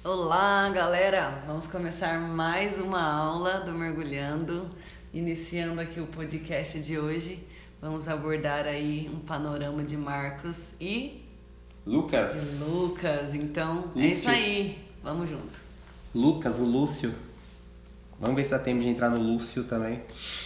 Olá, galera! Vamos começar mais uma aula do Mergulhando, iniciando aqui o podcast de hoje. Vamos abordar aí um panorama de Marcos e Lucas. Então, Lúcio. É isso aí. Vamos junto. Lucas, o Lúcio. Vamos ver se dá tempo de entrar no Lúcio também.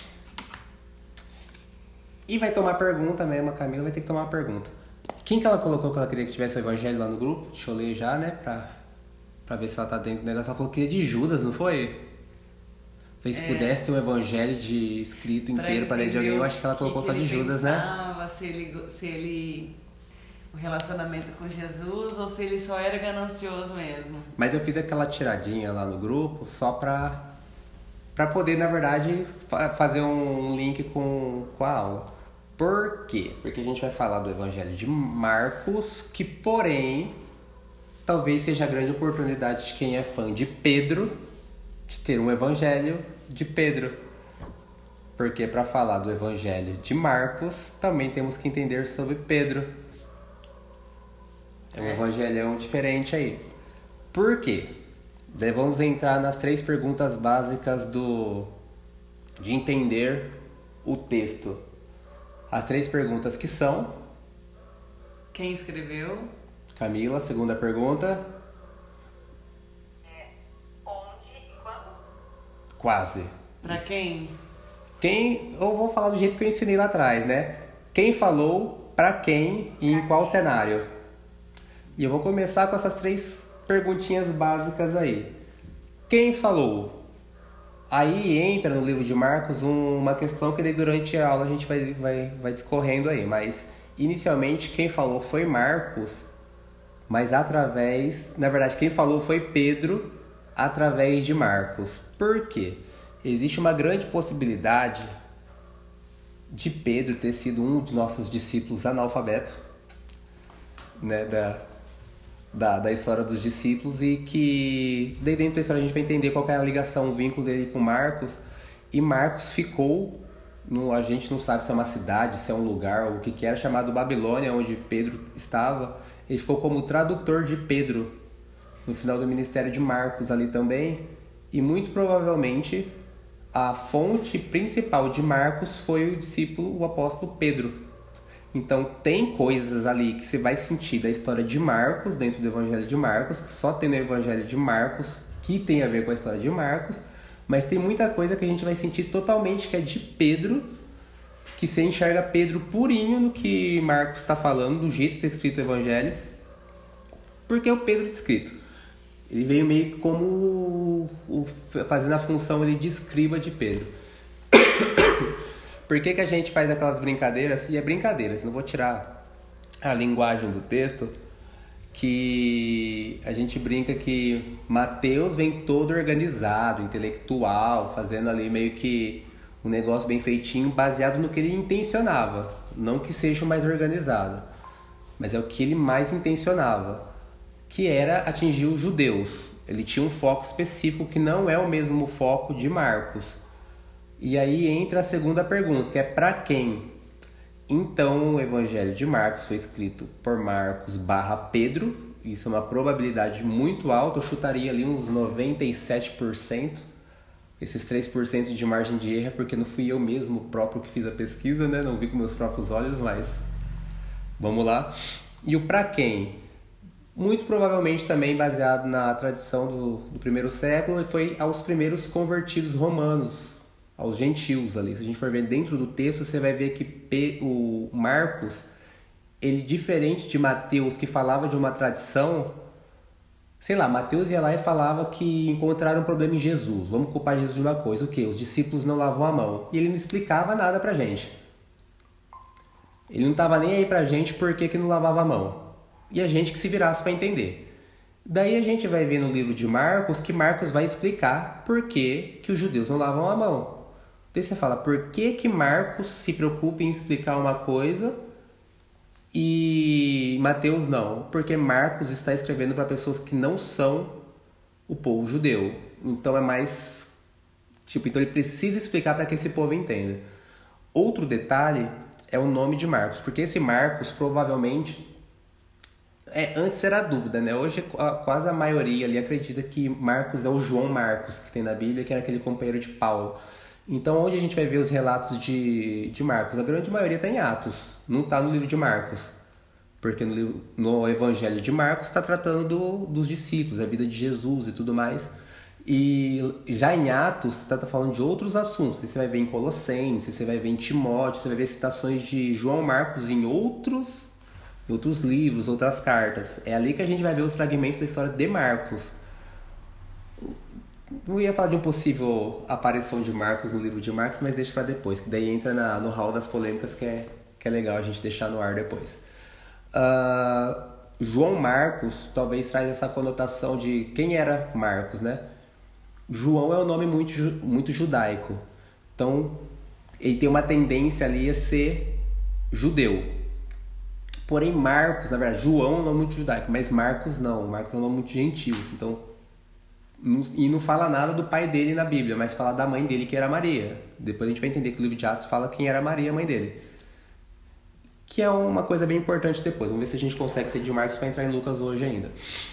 E vai tomar pergunta mesmo, a Camila vai ter que tomar uma pergunta. Quem que ela colocou que ela queria que tivesse o evangelho lá no grupo? Deixa eu ler já, né? Pra ver se ela tá dentro do negócio. Ela falou que queria de Judas, não foi? Se pudesse ter um evangelho escrito inteiro pra ler de alguém, eu acho que ela colocou só de Judas, pensava, né? Se ele o relacionamento com Jesus ou se ele só era ganancioso mesmo. Mas eu fiz aquela tiradinha lá no grupo só pra poder, na verdade, fazer um link com a aula. Por quê? Porque a gente vai falar do evangelho de Marcos, que porém talvez seja a grande oportunidade de quem é fã de Pedro de ter um evangelho de Pedro. Porque para falar do evangelho de Marcos, também temos que entender sobre Pedro. É um evangelhão diferente aí. Por quê? Daí vamos entrar nas 3 perguntas básicas de entender o texto. As 3 perguntas que são... Quem escreveu? Camila, segunda pergunta. Onde e quando? Quase. Pra quem? Eu vou falar do jeito que eu ensinei lá atrás, né? Quem falou, pra quem e em qual cenário. E eu vou começar com essas 3 perguntinhas básicas aí. Quem falou? Aí entra no livro de Marcos uma questão que daí durante a aula a gente vai discorrendo aí. Mas inicialmente quem falou foi Marcos, mas na verdade quem falou foi Pedro através de Marcos. Por quê? Existe uma grande possibilidade de Pedro ter sido um de nossos discípulos analfabeto, né, da história dos discípulos, e que daí dentro da história a gente vai entender qual que é a ligação, o vínculo dele com Marcos. E Marcos ficou, a gente não sabe se é uma cidade, se é um lugar, ou o que era, chamado Babilônia, onde Pedro estava. Ele ficou como tradutor de Pedro no final do ministério de Marcos ali também. E muito provavelmente a fonte principal de Marcos foi o discípulo, o apóstolo Pedro. Então tem coisas ali que você vai sentir da história de Marcos, dentro do evangelho de Marcos, que só tem no evangelho de Marcos, que tem a ver com a história de Marcos, mas tem muita coisa que a gente vai sentir totalmente que é de Pedro, que você enxerga Pedro purinho no que Marcos está falando, do jeito que está escrito o evangelho, porque é o Pedro escrito. Ele veio meio como fazendo a função ali de escriba de Pedro. Por que a gente faz aquelas brincadeiras? E é brincadeiras, não vou tirar a linguagem do texto, que a gente brinca que Mateus vem todo organizado, intelectual, fazendo ali meio que um negócio bem feitinho, baseado no que ele intencionava. Não que seja o mais organizado, mas é o que ele mais intencionava, que era atingir os judeus. Ele tinha um foco específico que não é o mesmo foco de Marcos. E aí entra a segunda pergunta, que é para quem? Então o evangelho de Marcos foi escrito por Marcos / Pedro. Isso é uma probabilidade muito alta, eu chutaria ali uns 97%. Esses 3% de margem de erro é porque não fui eu mesmo próprio que fiz a pesquisa, né? Não vi com meus próprios olhos, mas vamos lá. E o para quem? Muito provavelmente também baseado na tradição do primeiro século, foi aos primeiros convertidos romanos, aos gentios ali. Se a gente for ver dentro do texto, você vai ver que o Marcos, ele diferente de Mateus, que falava de uma tradição, sei lá, Mateus ia lá e falava que encontraram um problema em Jesus. Vamos culpar Jesus de uma coisa, o quê? Os discípulos não lavam a mão. E ele não explicava nada pra gente. Ele não estava nem aí pra gente por que não lavava a mão. E a gente que se virasse para entender. Daí a gente vai ver no livro de Marcos que Marcos vai explicar por que os judeus não lavam a mão. Daí você fala, por que Marcos se preocupa em explicar uma coisa e Mateus não? Porque Marcos está escrevendo para pessoas que não são o povo judeu. Então é mais... então ele precisa explicar para que esse povo entenda. Outro detalhe é o nome de Marcos, porque esse Marcos provavelmente Antes era a dúvida, né? Hoje quase a maioria ali acredita que Marcos é o João Marcos que tem na Bíblia, que era aquele companheiro de Paulo. Então, onde a gente vai ver os relatos de Marcos? A grande maioria está em Atos, não está no livro de Marcos. Porque no Evangelho de Marcos está tratando dos discípulos, a vida de Jesus e tudo mais. E já em Atos está falando de outros assuntos. Você vai ver em Colossenses, você vai ver em Timóteo, você vai ver citações de João Marcos em outros livros, outras cartas. É ali que a gente vai ver os fragmentos da história de Marcos. Não ia falar de uma possível aparição de Marcos no livro de Marcos, mas deixa para depois, que daí entra no hall das polêmicas que é legal a gente deixar no ar depois. João Marcos talvez traz essa conotação de quem era Marcos, né? João é um nome muito judaico, então ele tem uma tendência ali a ser judeu. Porém Marcos, na verdade, João é um nome muito judaico, mas Marcos não. Marcos é um nome muito gentil, então, e não fala nada do pai dele na Bíblia, mas fala da mãe dele, que era Maria. Depois a gente vai entender que o livro de Atos fala quem era Maria, a mãe dele, que é uma coisa bem importante depois. Vamos ver se a gente consegue ser de Marcos para entrar em Lucas hoje ainda.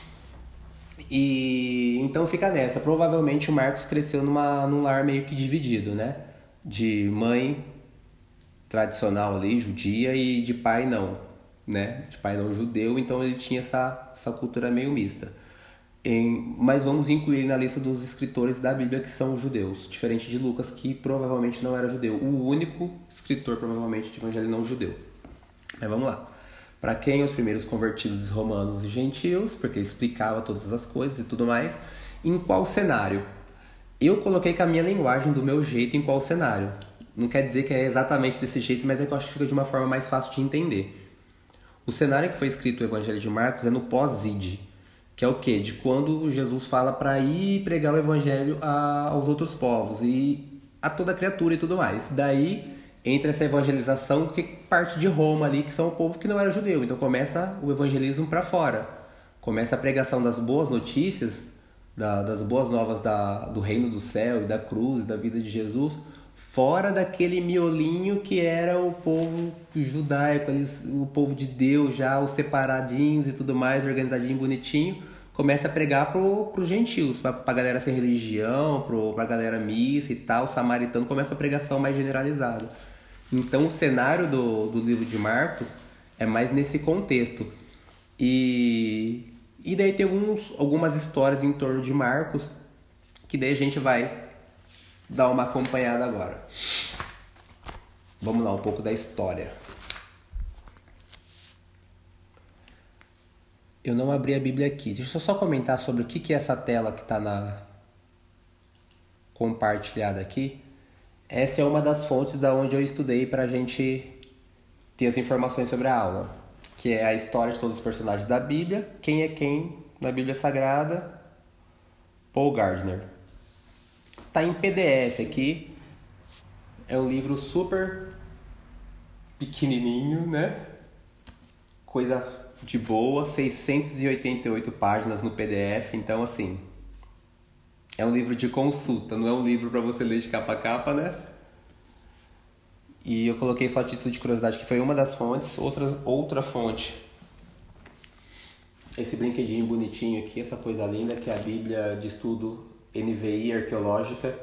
E então fica nessa. Provavelmente o Marcos cresceu num lar meio que dividido, né? De mãe tradicional ali, judia, e de pai não, né? De pai não judeu, então ele tinha essa cultura meio mista. Mas vamos incluir ele na lista dos escritores da Bíblia que são judeus, diferente de Lucas, que provavelmente não era judeu. O único escritor, provavelmente, de evangelho não judeu. Mas vamos lá. Para quem os primeiros convertidos romanos e gentios, porque ele explicava todas as coisas e tudo mais. Em qual cenário? Eu coloquei com a minha linguagem, do meu jeito, em qual cenário. Não quer dizer que é exatamente desse jeito, mas é que eu acho que fica de uma forma mais fácil de entender. O cenário que foi escrito no Evangelho de Marcos é no pós-ide, que é o quê? De quando Jesus fala para ir pregar o Evangelho aos outros povos e a toda criatura e tudo mais. Daí entra essa evangelização que parte de Roma ali, que são o povo que não era judeu. Então começa o evangelismo para fora. Começa a pregação das boas notícias, das boas novas do reino do céu e da cruz, da vida de Jesus, fora daquele miolinho que era o povo judaico, o povo de Deus já, os separadinhos e tudo mais, organizadinho, bonitinho. Começa a pregar pros gentios, pra galera sem religião, pra galera missa e tal. O samaritano começa a pregação mais generalizada. Então o cenário do livro de Marcos é mais nesse contexto. E daí tem algumas histórias em torno de Marcos, que daí a gente vai dar uma acompanhada agora. Vamos lá, um pouco da história. Eu não abri a Bíblia aqui. Deixa eu só comentar sobre o que é essa tela que está compartilhada aqui. Essa é uma das fontes da onde eu estudei para a gente ter as informações sobre a aula, que é a história de todos os personagens da Bíblia, quem é quem na Bíblia Sagrada, Paul Gardner. Tá em PDF aqui. É um livro super pequenininho, né? Coisa de boa, 688 páginas no PDF, então assim, é um livro de consulta, não é um livro para você ler de capa a capa, né? E eu coloquei só a título de curiosidade, que foi uma das fontes. Outra fonte, esse brinquedinho bonitinho aqui, essa coisa linda, que é a Bíblia de Estudo NVI Arqueológica.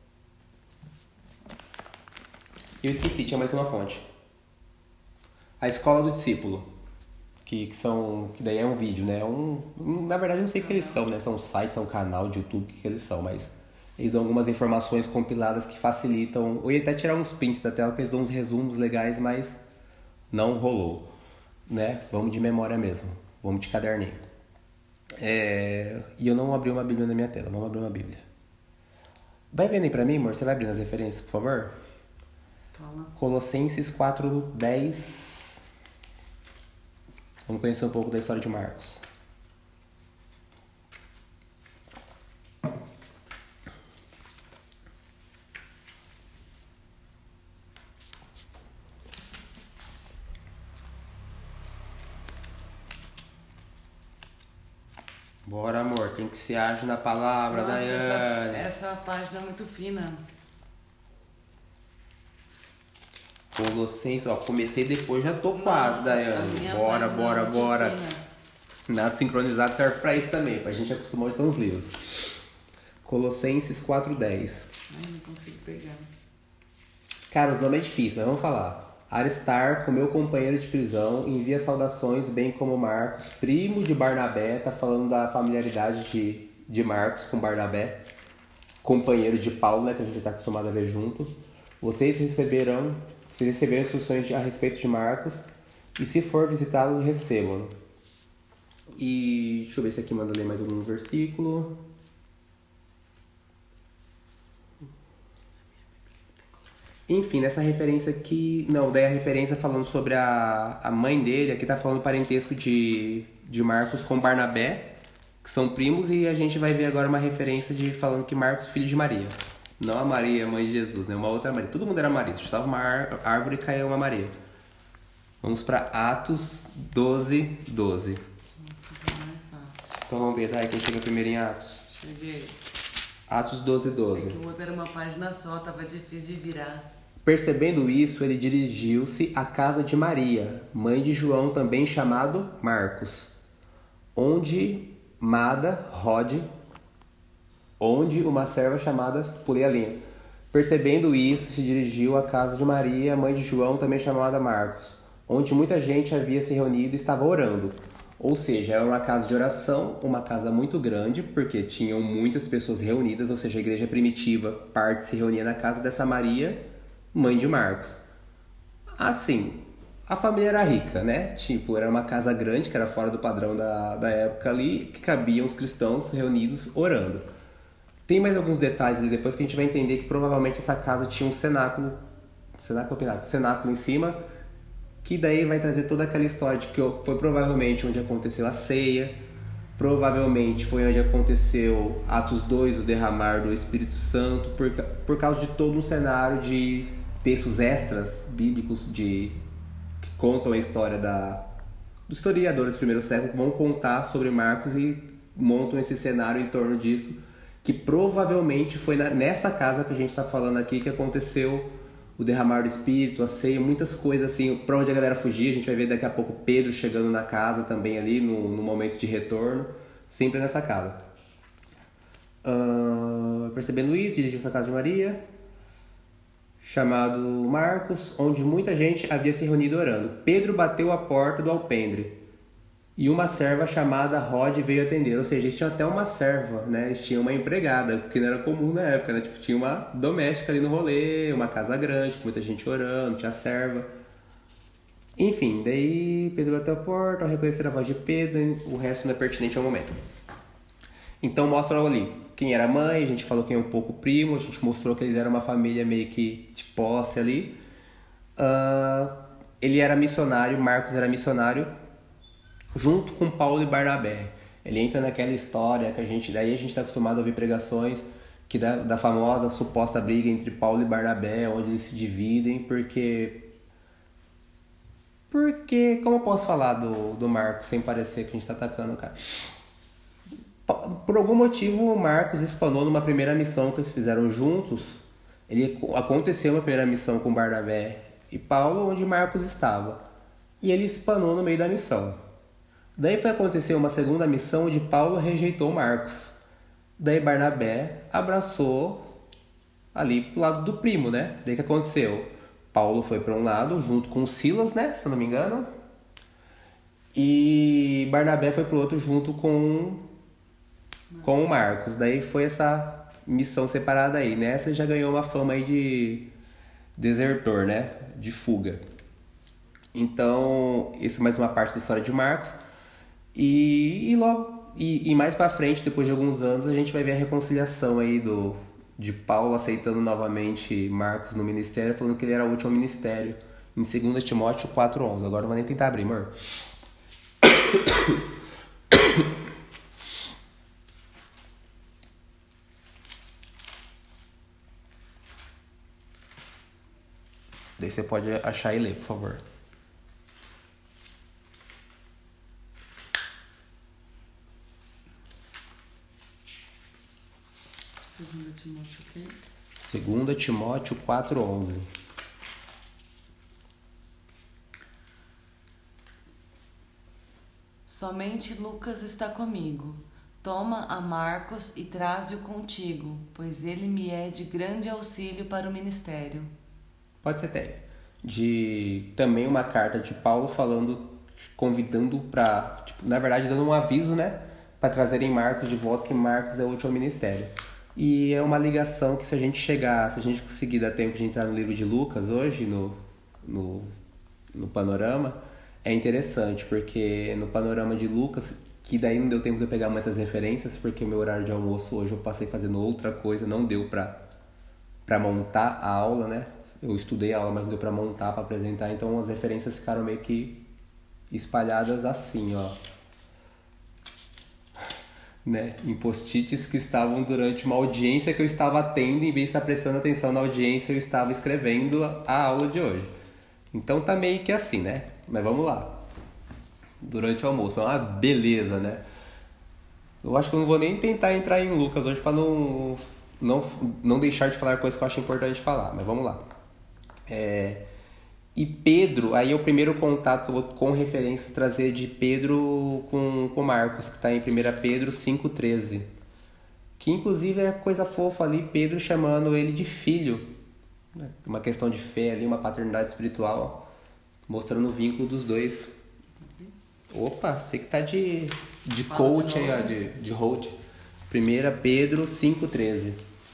Eu esqueci, tinha mais uma fonte. A Escola do Discípulo, que daí é um vídeo, né? Na verdade, eu não sei o que eles são, né? São um site, são um canal de YouTube, o que eles são, mas eles dão algumas informações compiladas que facilitam. Eu ia até tirar uns prints da tela, que eles dão uns resumos legais, mas não rolou, né? Vamos de memória mesmo, vamos de caderninho. E eu não abri uma Bíblia na minha tela, vamos abrir uma Bíblia. Vai vendo aí pra mim, amor? Você vai abrindo as referências, por favor? Fala. Colossenses 4:10. Vamos conhecer um pouco da história de Marcos. Bora, amor, tem que se agir na palavra, Nossa, Daiane. essa página é muito fina. Colossenses, ó, comecei depois, já tô quase, Nossa, Daiane. a minha Bora, página é bora, muito bora. fina. Nada sincronizado serve para isso também, pra gente acostumar a ler uns livros. Colossenses 4:10. Ai, não consigo pegar. Cara, os nomes é difícil, mas vamos falar. Aristarco, meu companheiro de prisão, envia saudações, bem como Marcos, primo de Barnabé, tá falando da familiaridade de Marcos com Barnabé, companheiro de Paulo, né, que a gente tá acostumado a ver junto. Vocês receberam instruções a respeito de Marcos, e se for visitá-lo, recebam. E deixa eu ver se aqui manda ler mais algum versículo. Enfim, nessa referência aqui... Não, daí a referência falando sobre a mãe dele. Aqui tá falando parentesco de Marcos com Barnabé, que são primos. E a gente vai ver agora uma referência falando que Marcos, filho de Maria. Não a Maria, mãe de Jesus, né? Uma outra Maria. Todo mundo era Maria. Se estava uma árvore e caiu uma Maria. Vamos para Atos 12:12. Então vamos ver, tá? Quem chega primeiro em Atos? Cheguei. Atos 12:12. É que o outro era uma página só, tava difícil de virar. Percebendo isso, ele dirigiu-se à casa de Maria, mãe de João, também chamado Marcos, onde uma serva chamada... Pulei a linha. Percebendo isso, se dirigiu à casa de Maria, mãe de João, também chamada Marcos, onde muita gente havia se reunido e estava orando. Ou seja, era uma casa de oração, uma casa muito grande, porque tinham muitas pessoas reunidas, ou seja, a igreja primitiva, parte se reunia na casa dessa Maria, mãe de Marcos. Assim, a família era rica, né? Tipo, era uma casa grande, que era fora do padrão da época ali, que cabiam os cristãos reunidos orando. Tem mais alguns detalhes ali depois que a gente vai entender que provavelmente essa casa tinha um cenáculo em cima, que daí vai trazer toda aquela história de que foi provavelmente onde aconteceu a ceia, provavelmente foi onde aconteceu Atos 2, o derramar do Espírito Santo, por causa de todo um cenário de textos extras bíblicos que contam a história dos historiadores do primeiro século, que vão contar sobre Marcos e montam esse cenário em torno disso, que provavelmente foi nessa casa que a gente está falando aqui que aconteceu o derramar do Espírito, a ceia, muitas coisas assim, pra onde a galera fugia. A gente vai ver daqui a pouco Pedro chegando na casa também ali, no momento de retorno, sempre nessa casa. Percebendo isso, dirigiu-se à casa de Maria, chamado Marcos, onde muita gente havia se reunido orando. Pedro bateu a porta do alpendre, e uma serva chamada Rode veio atender. Ou seja, eles tinham até uma serva, né? Eles tinham uma empregada, que não era comum na época, né? Tipo, tinha uma doméstica ali no rolê, uma casa grande, com muita gente orando, tinha serva. Enfim, daí Pedro bateu a porta, ao reconhecer a voz de Pedro, o resto não é pertinente ao momento. Então mostra ali quem era a mãe, a gente falou quem é um pouco o primo, a gente mostrou que eles eram uma família meio que de posse ali. Ele era missionário, Marcos era missionário, junto com Paulo e Barnabé. Ele entra naquela história que daí a gente está acostumado a ouvir pregações que da famosa suposta briga entre Paulo e Barnabé, onde eles se dividem, porque como eu posso falar do Marcos sem parecer que a gente está atacando o cara? Por algum motivo o Marcos espanou numa primeira missão que eles fizeram juntos. Aconteceu uma primeira missão com Barnabé e Paulo, onde Marcos estava, e ele espanou no meio da missão. Daí foi acontecer uma segunda missão onde Paulo rejeitou Marcos. Daí Barnabé abraçou ali pro lado do primo, né? Daí o que aconteceu? Paulo foi para um lado junto com Silas, né? Se eu não me engano. E Barnabé foi pro outro junto com o Marcos. Daí foi essa missão separada aí. Nessa já ganhou uma fama aí de desertor, né? De fuga. Então, essa é mais uma parte da história de Marcos. E mais pra frente, depois de alguns anos, a gente vai ver a reconciliação aí de Paulo aceitando novamente Marcos no ministério, falando que ele era útil ao ministério, em 2 Timóteo 4:11. Agora não vou nem tentar abrir, amor. Daí você pode achar e ler, por favor. 2 Timóteo o quê? 2 Timóteo 4:11. Somente Lucas está comigo. Toma a Marcos e traze-o contigo, pois ele me é de grande auxílio para o ministério. Pode ser até também uma carta de Paulo falando, convidando para, na verdade dando um aviso, né, para trazerem Marcos de volta, que Marcos é útil ao ministério. E é uma ligação que se a gente conseguir dar tempo de entrar no livro de Lucas hoje, no panorama, é interessante, porque no panorama de Lucas, que daí não deu tempo de eu pegar muitas referências, porque o meu horário de almoço hoje eu passei fazendo outra coisa, não deu pra montar a aula, né? Eu estudei a aula, mas não deu pra montar, pra apresentar, então as referências ficaram meio que espalhadas assim, ó. Né? Em post-its que estavam durante uma audiência que eu estava tendo, em vez de estar prestando atenção na audiência, eu estava escrevendo a aula de hoje. Então tá meio que assim, né? Mas vamos lá. Durante o almoço, é uma beleza, né? Eu acho que eu não vou nem tentar entrar em Lucas hoje para não deixar de falar coisas que eu acho importante falar, mas vamos lá. E Pedro, aí é o primeiro contato que eu vou com referência trazer de Pedro com Marcos, que está em 1 Pedro 5,13. Que inclusive é coisa fofa ali, Pedro chamando ele de filho. Uma questão de fé ali, uma paternidade espiritual, mostrando o vínculo dos dois. Opa, você que tá de coach aí, ó, de hold. 1 Pedro 5,13.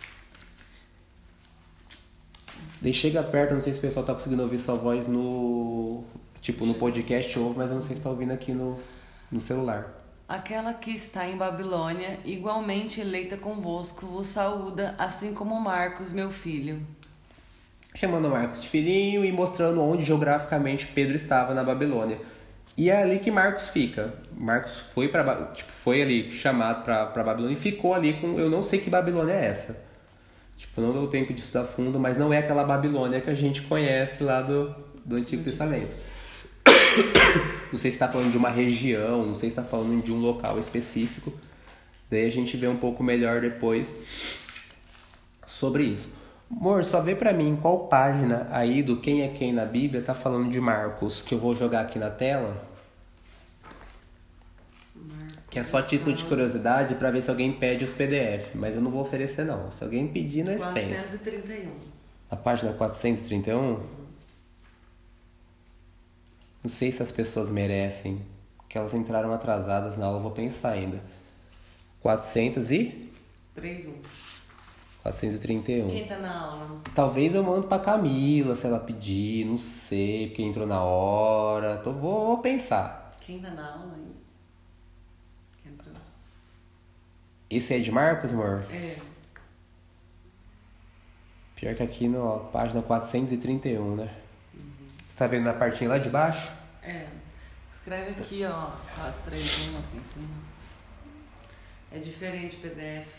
Daí chega perto, não sei se o pessoal tá conseguindo ouvir sua voz no podcast ouve, mas eu não sei se tá ouvindo aqui no celular. Aquela que está em Babilônia, igualmente eleita convosco, vos saúda, assim como Marcos, meu filho. Chamando Marcos de filhinho e mostrando onde geograficamente Pedro estava na Babilônia. E é ali que Marcos fica. Marcos foi ali chamado para Babilônia e ficou ali com... Eu não sei que Babilônia é essa. Não deu tempo de estudar fundo, mas não é aquela Babilônia que a gente conhece lá do Antigo Testamento. Não sei se está falando de uma região, não sei se está falando de um local específico. Daí a gente vê um pouco melhor depois sobre isso. Amor, só vê pra mim qual página aí do Quem é Quem na Bíblia tá falando de Marcos, que eu vou jogar aqui na tela. Que é só título de curiosidade pra ver se alguém pede os PDF, mas eu não vou oferecer não. Se alguém pedir, nós pensa. 431. A página 431? Não sei se as pessoas merecem, que elas entraram atrasadas na aula, eu vou pensar ainda. 431. Quem tá na aula? Talvez eu mando pra Camila, se ela pedir, não sei, porque entrou na hora. Vou pensar. Quem tá na aula ainda? Quem entrou? Esse é de Marcos, amor? É. Pior que aqui na página 431, né? Você tá vendo na partinha lá de baixo? É. Escreve aqui, ó. 431 aqui em cima. É diferente o PDF.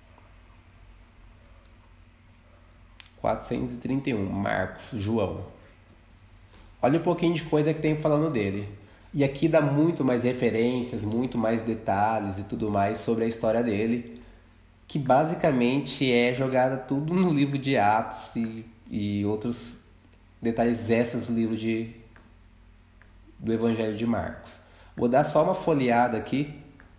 431, Marcos, João. Olha um pouquinho de coisa que tem falando dele. E aqui dá muito mais referências, muito mais detalhes e tudo mais sobre a história dele, que basicamente é jogada tudo no livro de Atos e outros detalhes extras do livro do Evangelho de Marcos. Vou dar só uma folheada aqui.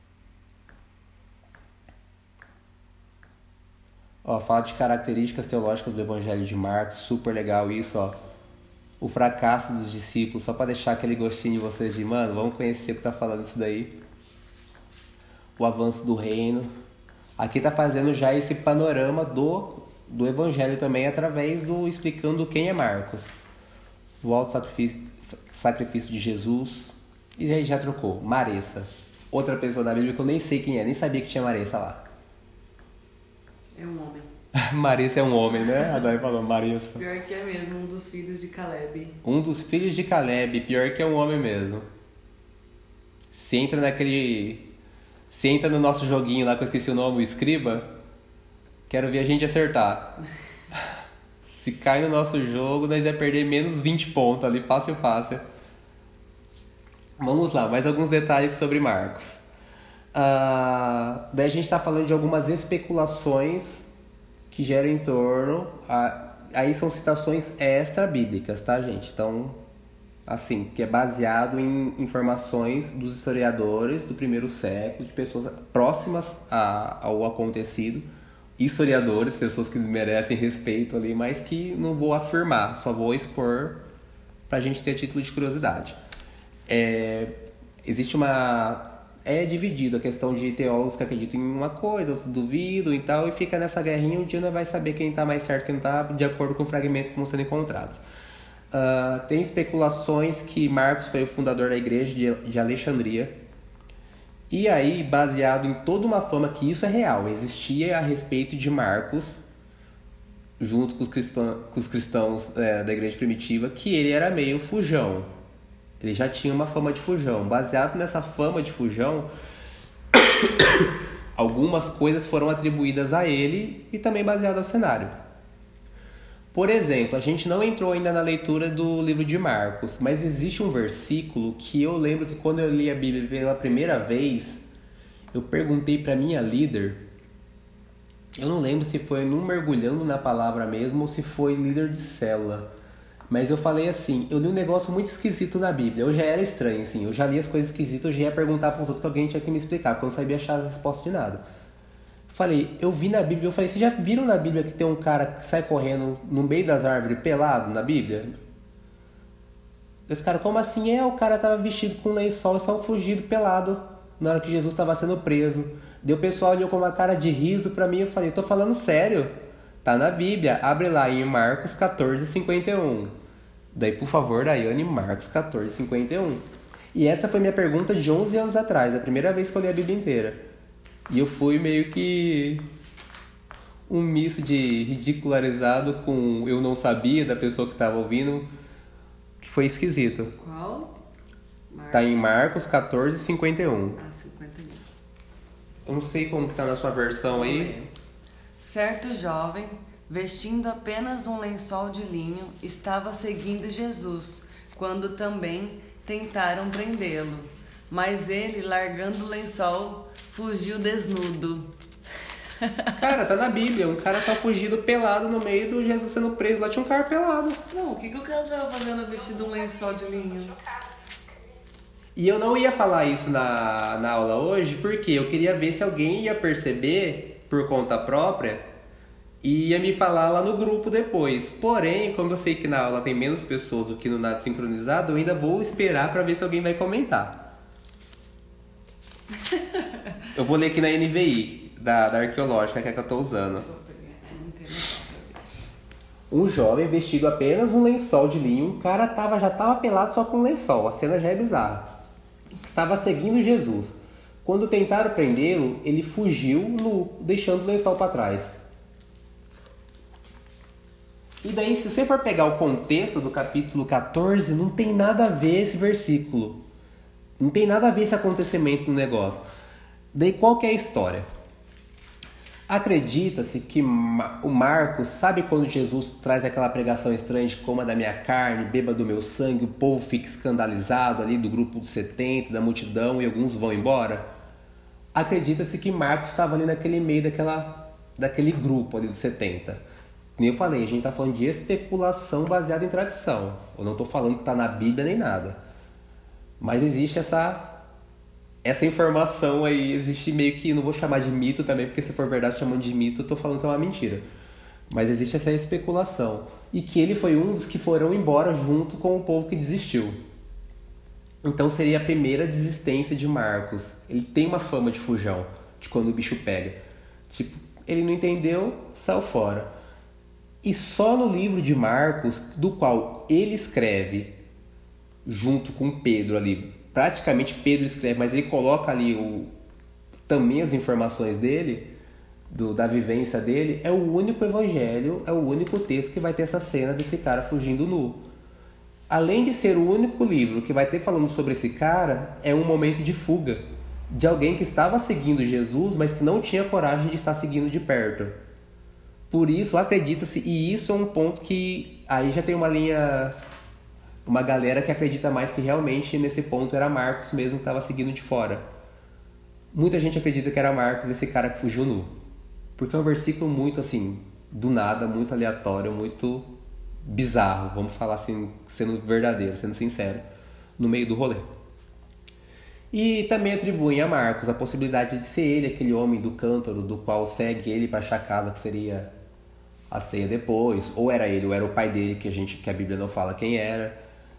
Ó, fala de características teológicas do Evangelho de Marcos, super legal isso, ó. O fracasso dos discípulos, só para deixar aquele gostinho de vocês de, mano, vamos conhecer o que tá falando isso daí. O avanço do reino. Aqui tá fazendo já esse panorama do Evangelho também, através do explicando quem é Marcos. O alto sacrifício de Jesus. E aí já trocou. Maressa. Outra pessoa da Bíblia que eu nem sei quem é, nem sabia que tinha Maressa lá. É um homem. Maressa é um homem, né? A Dai falou, Maressa. Pior que é mesmo, um dos filhos de Caleb. Um dos filhos de Caleb, pior que é um homem mesmo. Se entra no nosso joguinho lá, que eu esqueci o nome, o Escriba, quero ver a gente acertar. Se cai no nosso jogo, nós vai perder menos 20 pontos ali, fácil. Vamos lá, mais alguns detalhes sobre Marcos. Daí a gente está falando de algumas especulações que geram em torno. Aí são citações extra-bíblicas, tá, gente? Então, assim, que é baseado em informações dos historiadores do primeiro século, de pessoas próximas ao acontecido, historiadores, pessoas que merecem respeito ali, mas que não vou afirmar, só vou expor pra gente ter título de curiosidade. Existe é dividido a questão de teólogos que acreditam em uma coisa, outros duvidam e tal, e fica nessa guerrinha, um dia não vai saber quem tá mais certo e quem não tá, de acordo com fragmentos que vão sendo encontrados. Tem especulações que Marcos foi o fundador da igreja de Alexandria. E aí, baseado em toda uma fama que isso é real, existia a respeito de Marcos, junto com os cristãos da igreja primitiva, que ele era meio fujão. Ele já tinha uma fama de fujão. Baseado nessa fama de fujão, algumas coisas foram atribuídas a ele e também baseado ao cenário. Por exemplo, a gente não entrou ainda na leitura do livro de Marcos, mas existe um versículo que eu lembro que quando eu li a Bíblia pela primeira vez, eu perguntei para minha líder, eu não lembro se foi num mergulhando na palavra mesmo ou se foi líder de célula, mas eu falei assim, eu li um negócio muito esquisito na Bíblia, eu já era estranho, assim, eu já li as coisas esquisitas, eu já ia perguntar para os outros que alguém tinha que me explicar, porque eu não sabia achar a resposta de nada. Falei, eu vi na Bíblia, eu falei, vocês já viram na Bíblia que tem um cara que sai correndo no meio das árvores pelado na Bíblia? Esse cara, como assim? O cara tava vestido com lençol e saiu fugido pelado na hora que Jesus estava sendo preso. Daí o pessoal olhou com uma cara de riso pra mim, eu falei, tô falando sério, tá na Bíblia, abre lá em Marcos 14:51. Daí, por favor, Daiane, Marcos 14:51. E essa foi minha pergunta de 11 anos atrás, a primeira vez que eu li a Bíblia inteira. E eu fui meio que um misto de ridicularizado com eu não sabia da pessoa que estava ouvindo, que foi esquisito. Qual? Marcos. Tá em Marcos 14:51. 51. Eu não sei como que tá na sua versão aí. Certo jovem, vestindo apenas um lençol de linho, estava seguindo Jesus, quando também tentaram prendê-lo. Mas ele, largando o lençol, fugiu desnudo. Cara, tá na Bíblia. Um cara tá fugido pelado no meio do Jesus sendo preso. Lá tinha um cara pelado. Não, o que o cara tava fazendo vestido um lençol de linho? E eu não ia falar isso na aula hoje, porque eu queria ver se alguém ia perceber por conta própria e ia me falar lá no grupo depois. Porém, como eu sei que na aula tem menos pessoas do que no Nada Sincronizado, eu ainda vou esperar pra ver se alguém vai comentar. Eu vou ler aqui na NVI, da arqueológica, que é que eu tô usando. Um jovem vestido apenas um lençol de linho, o cara já tava pelado só com um lençol, a cena já é bizarra. Estava seguindo Jesus. Quando tentaram prendê-lo, ele fugiu nu, deixando o lençol para trás. E daí, se você for pegar o contexto do capítulo 14, não tem nada a ver esse versículo. Não tem nada a ver esse acontecimento no negócio. Daí qual que é a história? Acredita-se que o Marcos, sabe quando Jesus traz aquela pregação estranha de coma da minha carne, beba do meu sangue, o povo fica escandalizado ali do grupo dos 70, da multidão e alguns vão embora? Acredita-se que Marcos estava ali naquele meio daquele grupo ali dos 70. Como eu falei, a gente está falando de especulação baseada em tradição. Eu não estou falando que está na Bíblia nem nada. Mas existe essa informação aí, existe meio que, não vou chamar de mito também, porque se for verdade chamando de mito, eu tô falando que é uma mentira. Mas existe essa especulação. E que ele foi um dos que foram embora junto com o povo que desistiu. Então seria a primeira desistência de Marcos. Ele tem uma fama de fujão, de quando o bicho pega. Tipo, ele não entendeu, saiu fora. E só no livro de Marcos, do qual ele escreve, junto com Pedro ali, praticamente Pedro escreve, mas ele coloca ali também as informações dele, da vivência dele, é o único evangelho, é o único texto que vai ter essa cena desse cara fugindo nu. Além de ser o único livro que vai ter falando sobre esse cara, é um momento de fuga, de alguém que estava seguindo Jesus, mas que não tinha coragem de estar seguindo de perto. Por isso, acredita-se, e isso é um ponto que aí já tem uma galera que acredita mais que realmente nesse ponto era Marcos mesmo que estava seguindo de fora. Muita gente acredita que era Marcos, esse cara que fugiu nu. Porque é um versículo muito assim, do nada, muito aleatório, muito bizarro, vamos falar assim, sendo verdadeiro, sendo sincero, no meio do rolê. E também atribuem a Marcos a possibilidade de ser ele, aquele homem do cântaro, do qual segue ele para achar a casa que seria a ceia depois, ou era ele, ou era o pai dele, que a Bíblia não fala quem era.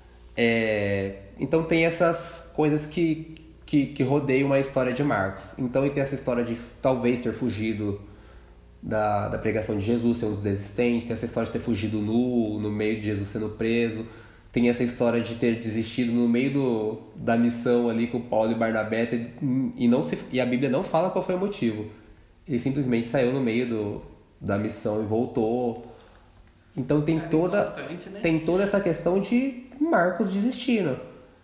Então tem essas coisas que rodeiam a história de Marcos. Então ele tem essa história de talvez ter fugido da pregação de Jesus, ser um dos desistentes, tem essa história de ter fugido no meio de Jesus sendo preso, tem essa história de ter desistido no meio da missão ali com Paulo e Barnabé, e a Bíblia não fala qual foi o motivo. Ele simplesmente saiu no meio da missão e voltou. Então tem toda essa questão de Marcos desistindo.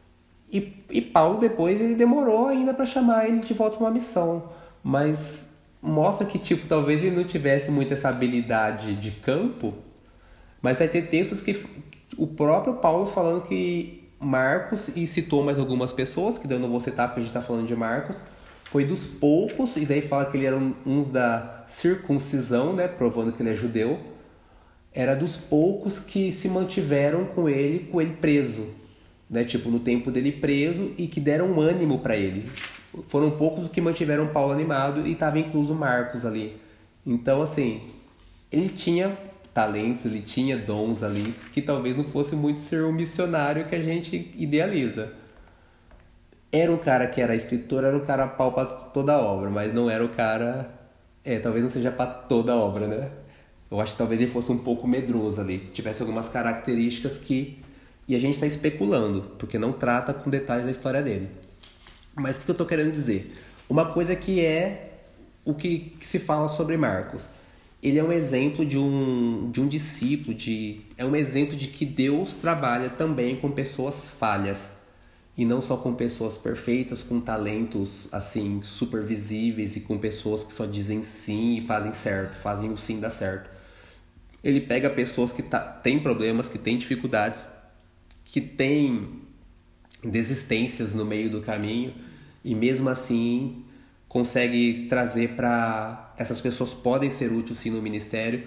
E Paulo depois ele demorou ainda para chamar ele de volta para uma missão. Mas mostra que talvez ele não tivesse muito essa habilidade de campo. Mas vai ter textos que o próprio Paulo falando que Marcos, e citou mais algumas pessoas, que eu não vou citar porque a gente está falando de Marcos, foi dos poucos, e daí fala que ele era uns da circuncisão, né, provando que ele é judeu, era dos poucos que se mantiveram com ele preso, né, no tempo dele preso, e que deram ânimo para ele. Foram poucos os que mantiveram Paulo animado, e estava incluso Marcos ali. Então, assim, ele tinha talentos, ele tinha dons ali, que talvez não fosse muito ser um missionário que a gente idealiza. Era um cara que era escritor, era um cara pau pra toda a obra, mas não era o cara... talvez não seja pra toda a obra, né? Eu acho que talvez ele fosse um pouco medroso ali, tivesse algumas características que... E a gente está especulando, porque não trata com detalhes da história dele. Mas o que eu tô querendo dizer? Uma coisa que é o que se fala sobre Marcos. Ele é um exemplo de um discípulo, é um exemplo de que Deus trabalha também com pessoas falhas. E não só com pessoas perfeitas, com talentos assim super visíveis e com pessoas que só dizem sim e fazem certo, fazem o sim dar certo. Ele pega pessoas que têm problemas, que têm dificuldades, que têm desistências no meio do caminho e mesmo assim consegue trazer para... Essas pessoas podem ser úteis sim no ministério,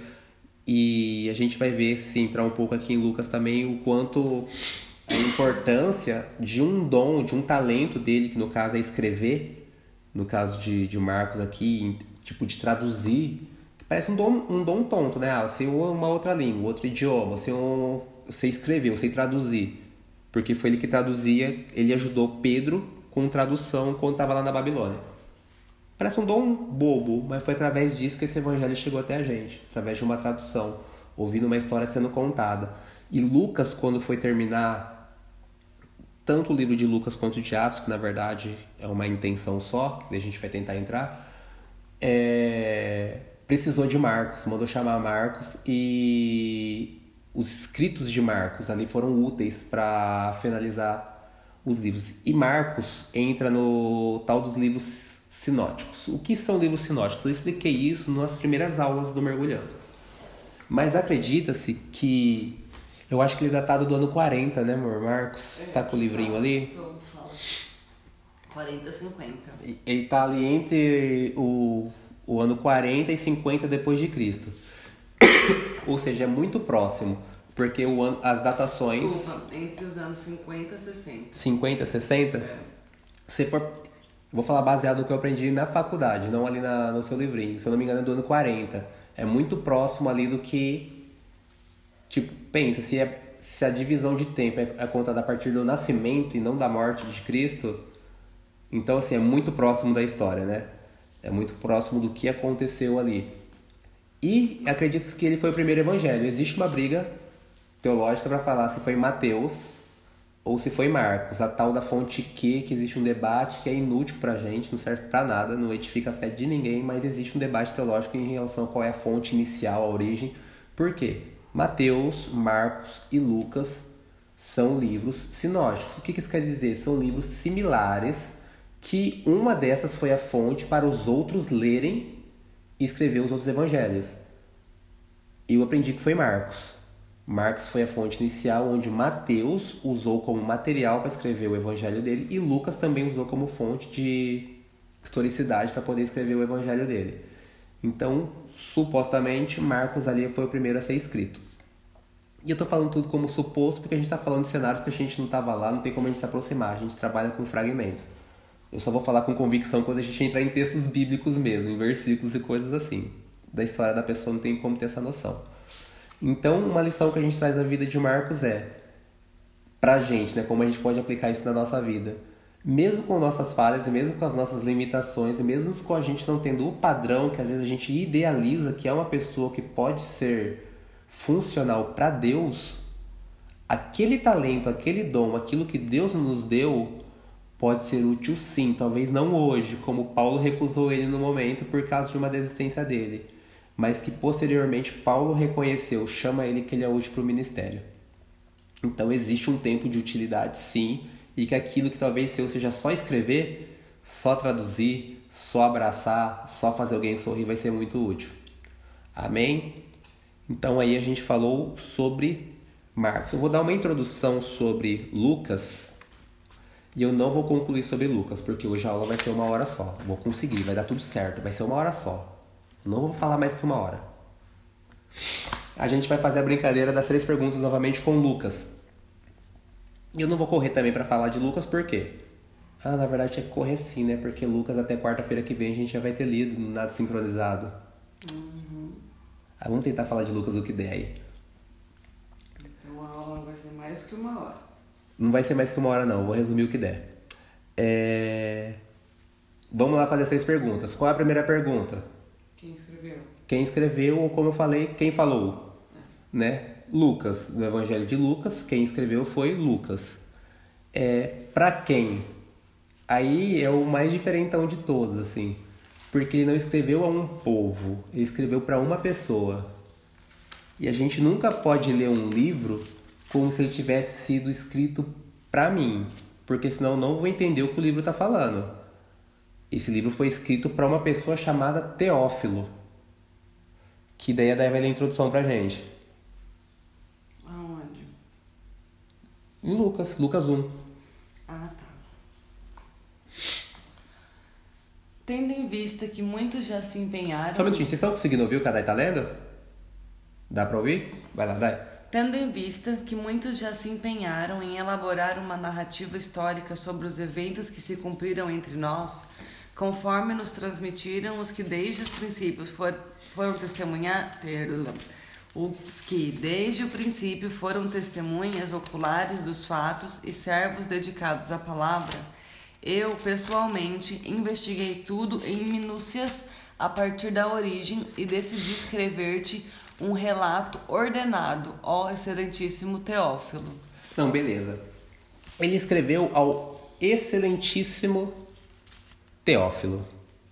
e a gente vai ver, se entrar um pouco aqui em Lucas também, o quanto a importância de um dom, de um talento dele, que no caso é escrever, no caso de Marcos aqui, de traduzir, que parece um dom tonto, né? Eu sei uma outra língua, outro idioma, eu sei escrever, eu sei traduzir, porque foi ele que traduzia, ele ajudou Pedro com tradução quando estava lá na Babilônia. Parece um dom bobo, mas foi através disso que esse evangelho chegou até a gente, através de uma tradução, ouvindo uma história sendo contada. E Lucas, quando foi terminar tanto o livro de Lucas quanto o de Atos, que na verdade é uma intenção só, que a gente vai tentar entrar, precisou de Marcos, mandou chamar Marcos, e os escritos de Marcos ali foram úteis para finalizar os livros. E Marcos entra no tal dos livros sinóticos. O que são livros sinóticos? Eu expliquei isso nas primeiras aulas do Mergulhando. Mas acredita-se que... Eu acho que ele é datado do ano 40, né, amor? Marcos, você tá com o livrinho ali? Fala. 40, 50. Ele tá ali entre o ano 40 e 50 depois de Cristo. Ou seja, é muito próximo. Porque as datações... Desculpa, entre os anos 50 e 60. 50, 60? Se for... Vou falar baseado no que eu aprendi na faculdade, não ali no seu livrinho. Se eu não me engano é do ano 40. É muito próximo ali do que... pensa, se a divisão de tempo é contada a partir do nascimento e não da morte de Cristo, então assim, é muito próximo da história, né? É muito próximo do que aconteceu ali. E acredito que ele foi o primeiro evangelho. Existe uma briga teológica para falar se foi Mateus ou se foi Marcos, a tal da fonte que existe um debate que é inútil pra gente, não serve pra nada, não edifica a fé de ninguém, mas existe um debate teológico em relação a qual é a fonte inicial, a origem. Por quê? Mateus, Marcos e Lucas são livros sinóticos. O que isso quer dizer? São livros similares, que uma dessas foi a fonte para os outros lerem e escrever os outros evangelhos. Eu aprendi que foi Marcos. Marcos foi a fonte inicial, onde Mateus usou como material para escrever o evangelho dele, e Lucas também usou como fonte de historicidade para poder escrever o evangelho dele. Então, supostamente, Marcos ali foi o primeiro a ser escrito. E eu tô falando tudo como suposto porque a gente tá falando de cenários que a gente não tava lá, não tem como a gente se aproximar, a gente trabalha com fragmentos. Eu só vou falar com convicção quando a gente entrar em textos bíblicos mesmo, em versículos e coisas assim. Da história da pessoa não tem como ter essa noção. Então, uma lição que a gente traz da vida de Marcos é, pra gente, né, como a gente pode aplicar isso na nossa vida. Mesmo com nossas falhas, e mesmo com as nossas limitações, e mesmo com a gente não tendo o padrão que às vezes a gente idealiza que é uma pessoa que pode ser funcional para Deus, aquele talento, aquele dom, aquilo que Deus nos deu pode ser útil sim, talvez não hoje, como Paulo recusou ele no momento por causa de uma desistência dele, mas que posteriormente Paulo reconheceu, chama ele que ele é útil para o ministério. Então existe um tempo de utilidade sim, e que aquilo que talvez seu seja só escrever, só traduzir, só abraçar, só fazer alguém sorrir vai ser muito útil. Amém? Então aí a gente falou sobre Marcos. Eu vou dar uma introdução sobre Lucas e eu não vou concluir sobre Lucas, porque hoje a aula vai ser 1 hora só. Vou conseguir, vai dar tudo certo, vai ser 1 hora só. Não vou falar mais que 1 hora. A gente vai fazer a brincadeira das 3 perguntas novamente com Lucas. E eu não vou correr também para falar de Lucas, por quê? Na verdade tinha que correr sim, né? Porque Lucas até quarta-feira que vem a gente já vai ter lido no Nada Sincronizado. Vamos tentar falar de Lucas o que der aí. Então a aula não vai ser mais que 1 hora. Não vai ser mais que 1 hora não, vou resumir o que der. Vamos lá fazer 6 perguntas. Qual é a primeira pergunta? Quem escreveu? Quem escreveu, ou como eu falei, quem falou? Né? Lucas, do Evangelho de Lucas, quem escreveu foi Lucas. Pra quem? Aí é o mais diferentão de todos, assim. Porque ele não escreveu a um povo, ele escreveu para uma pessoa. E a gente nunca pode ler um livro como se ele tivesse sido escrito para mim, porque senão eu não vou entender o que o livro está falando. Esse livro foi escrito para uma pessoa chamada Teófilo, que daí vai ler a introdução pra gente. Aonde? Em Lucas 1. Ah, tá. Tendo em vista que muitos já se empenharam... Só um minutinho, vocês estão conseguindo ouvir o que a Dai tá lendo? Dá pra ouvir? Vai lá, Dai. Tendo em vista que muitos já se empenharam em elaborar uma narrativa histórica sobre os eventos que se cumpriram entre nós, conforme nos transmitiram os que desde os princípios foram testemunhas oculares dos fatos e servos dedicados à palavra, eu, pessoalmente, investiguei tudo em minúcias a partir da origem e decidi escrever-te um relato ordenado, ó excelentíssimo Teófilo. Não, beleza. Ele escreveu ao excelentíssimo Teófilo.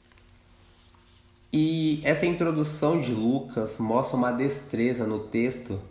E essa introdução de Lucas mostra uma destreza no texto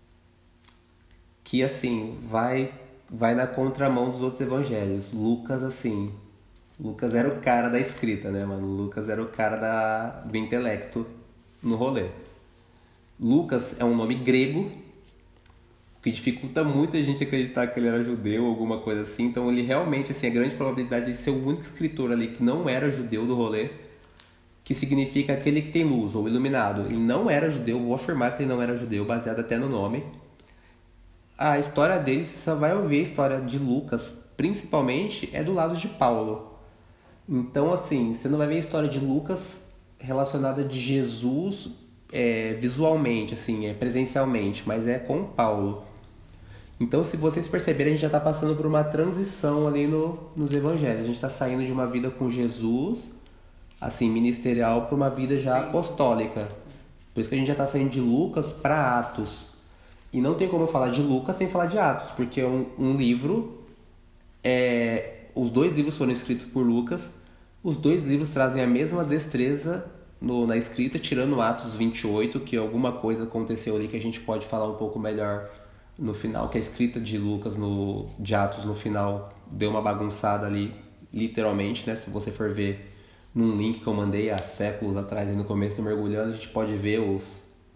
que, assim, vai na contramão dos outros evangelhos. Lucas era o cara da escrita, né, mano? Lucas era o cara do intelecto no rolê. Lucas é um nome grego, o que dificulta muito a gente acreditar que ele era judeu ou alguma coisa assim. Então ele realmente, assim, a grande probabilidade de ser o único escritor ali que não era judeu do rolê, que significa aquele que tem luz, ou iluminado. Ele não era judeu, vou afirmar que ele não era judeu, baseado até no nome. A história dele, você só vai ouvir a história de Lucas, principalmente, é do lado de Paulo. Então, assim, você não vai ver a história de Lucas relacionada de Jesus visualmente, assim, presencialmente, mas é com Paulo. Então, se vocês perceberem, a gente já está passando por uma transição ali nos evangelhos. A gente está saindo de uma vida com Jesus, assim, ministerial, para uma vida já apostólica. Por isso que a gente já está saindo de Lucas para Atos. E não tem como eu falar de Lucas sem falar de Atos, porque é um livro... os 2 livros foram escritos por Lucas. Os 2 livros trazem a mesma destreza na escrita, tirando Atos 28, que alguma coisa aconteceu ali que a gente pode falar um pouco melhor no final, que a escrita de Lucas, de Atos, no final, deu uma bagunçada ali, literalmente, né? Se você for ver num link que eu mandei há séculos atrás, no começo do Mergulhando, a gente pode ver os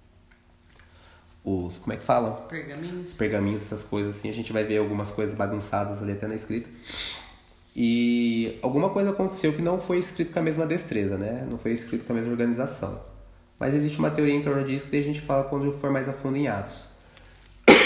como é que falam? Pergaminhos, essas coisas assim. A gente vai ver algumas coisas bagunçadas ali até na escrita. E alguma coisa aconteceu que não foi escrito com a mesma destreza, né? Não foi escrito com a mesma organização. Mas existe uma teoria em torno disso que a gente fala quando for mais a fundo em Atos.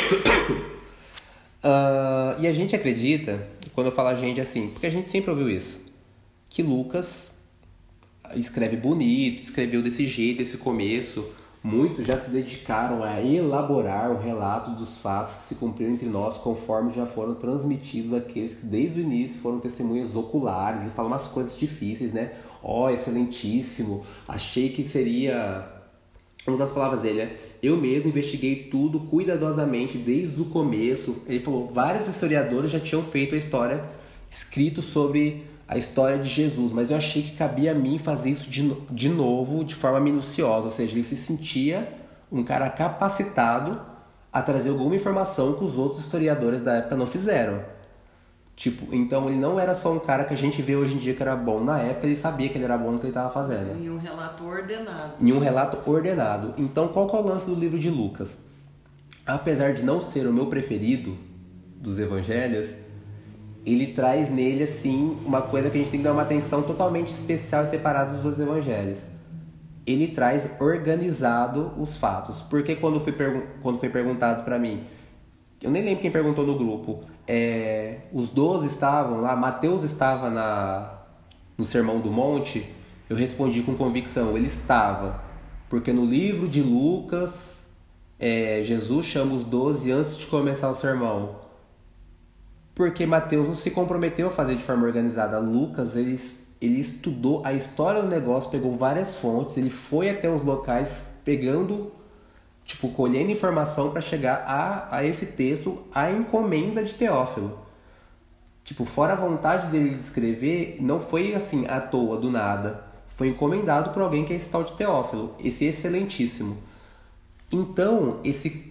E a gente acredita, quando eu falo a gente assim, porque a gente sempre ouviu isso, que Lucas escreve bonito, escreveu desse jeito, esse começo. Muitos já se dedicaram a elaborar o relato dos fatos que se cumpriram entre nós, conforme já foram transmitidos àqueles que desde o início foram testemunhas oculares, e falam umas coisas difíceis, né? Excelentíssimo, achei que seria... Vamos usar as palavras dele, né? Eu mesmo investiguei tudo cuidadosamente desde o começo. Ele falou, vários historiadores já tinham feito a história, escrito sobre a história de Jesus, mas eu achei que cabia a mim fazer isso de novo, de forma minuciosa, ou seja, ele se sentia um cara capacitado a trazer alguma informação que os outros historiadores da época não fizeram. Tipo, então ele não era só um cara que a gente vê hoje em dia que era bom. Na época ele sabia que ele era bom no que ele estava fazendo. Em um relato ordenado. Em um relato ordenado. Então qual que é o lance do livro de Lucas? Apesar de não ser o meu preferido dos evangelhos, ele traz nele, assim, uma coisa que a gente tem que dar uma atenção totalmente especial e separada dos evangelhos. Ele traz organizado os fatos. Porque quando foi perguntado para mim, eu nem lembro quem perguntou no grupo, os 12 estavam lá, Mateus estava no Sermão do Monte, eu respondi com convicção, ele estava. Porque no livro de Lucas, Jesus chama os 12 antes de começar o sermão. Porque Mateus não se comprometeu a fazer de forma organizada. Lucas, ele estudou a história do negócio, pegou várias fontes, ele foi até os locais pegando, colhendo informação para chegar a esse texto, a encomenda de Teófilo. Fora a vontade dele de escrever, não foi assim, à toa, do nada. Foi encomendado por alguém que é esse tal de Teófilo, esse excelentíssimo. Então,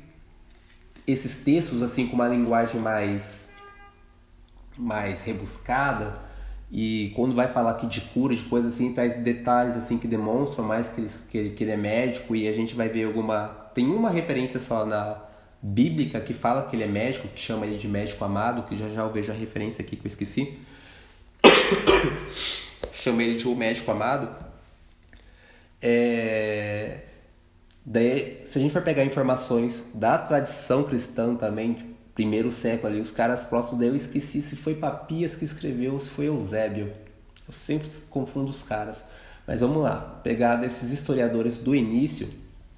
esses textos, assim, com uma linguagem mais rebuscada, e quando vai falar aqui de cura, de coisas assim, traz detalhes assim que demonstram mais que ele é médico, e a gente vai ver tem uma referência só na bíblica que fala que ele é médico, que chama ele de médico amado, que já eu vejo a referência aqui que eu esqueci. Chama ele de o médico amado. Daí, se a gente for pegar informações da tradição cristã também, primeiro século ali, os caras próximos daí eu esqueci se foi Papias que escreveu ou se foi Eusébio. Eu sempre confundo os caras. Mas vamos lá, pegar desses historiadores do início,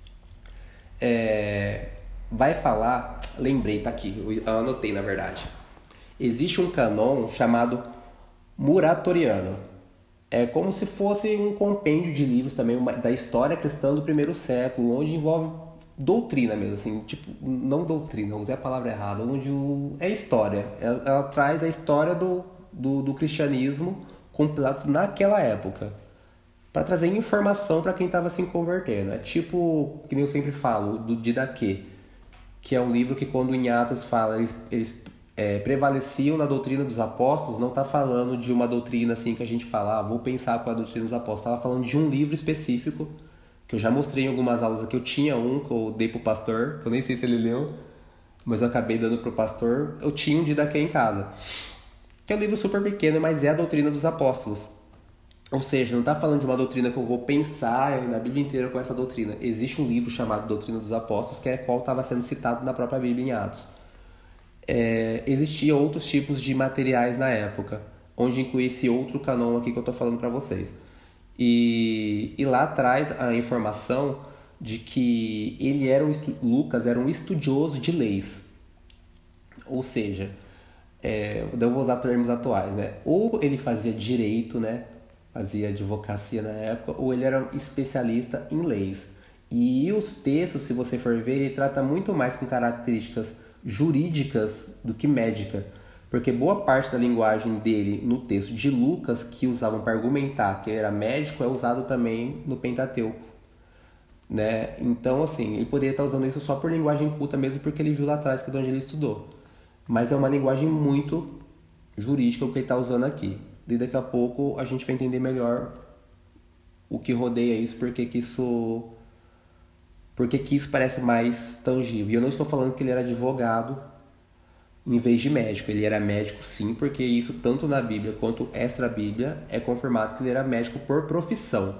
vai falar, lembrei, tá aqui, eu anotei na verdade. Existe um canon chamado Muratoriano. É como se fosse um compêndio de livros também da história cristã do primeiro século, onde envolve doutrina mesmo, assim, não doutrina, usei a palavra errada, onde é história. Ela traz a história do cristianismo compilado naquela época, para trazer informação para quem estava se convertendo. É que nem eu sempre falo, do Didaquê, que é um livro que quando em Atos fala, eles prevaleciam na doutrina dos apóstolos, não está falando de uma doutrina assim que a gente fala, vou pensar com a doutrina dos apóstolos, estava falando de um livro específico, que eu já mostrei em algumas aulas aqui. Eu tinha um que eu dei pro pastor, que eu nem sei se ele leu, mas eu acabei dando pro pastor. Eu tinha um Didaquê em casa, que é um livro super pequeno, mas é a doutrina dos apóstolos. Ou seja, não está falando de uma doutrina que eu vou pensar na Bíblia inteira com essa doutrina. Existe um livro chamado Doutrina dos Apóstolos, que é qual estava sendo citado na própria Bíblia em Atos. Existiam outros tipos de materiais na época, onde inclui esse outro canon aqui que eu estou falando para vocês. E lá traz a informação de que Lucas era um estudioso de leis. Ou seja, eu vou usar termos atuais, né? Ou ele fazia direito, né? Fazia advocacia na época, ou ele era um especialista em leis. E os textos, se você for ver, ele trata muito mais com características jurídicas do que médica. Porque boa parte da linguagem dele no texto de Lucas, que usavam para argumentar que ele era médico, é usado também no Pentateuco, né? Então, assim, ele poderia estar usando isso só por linguagem culta mesmo, porque ele viu lá atrás que é de onde ele estudou. Mas é uma linguagem muito jurídica o que ele está usando aqui. E daqui a pouco a gente vai entender melhor o que rodeia isso, porque que isso parece mais tangível. E eu não estou falando que ele era advogado em vez de médico. Ele era médico sim, porque isso tanto na Bíblia quanto extra-Bíblia é confirmado que ele era médico por profissão.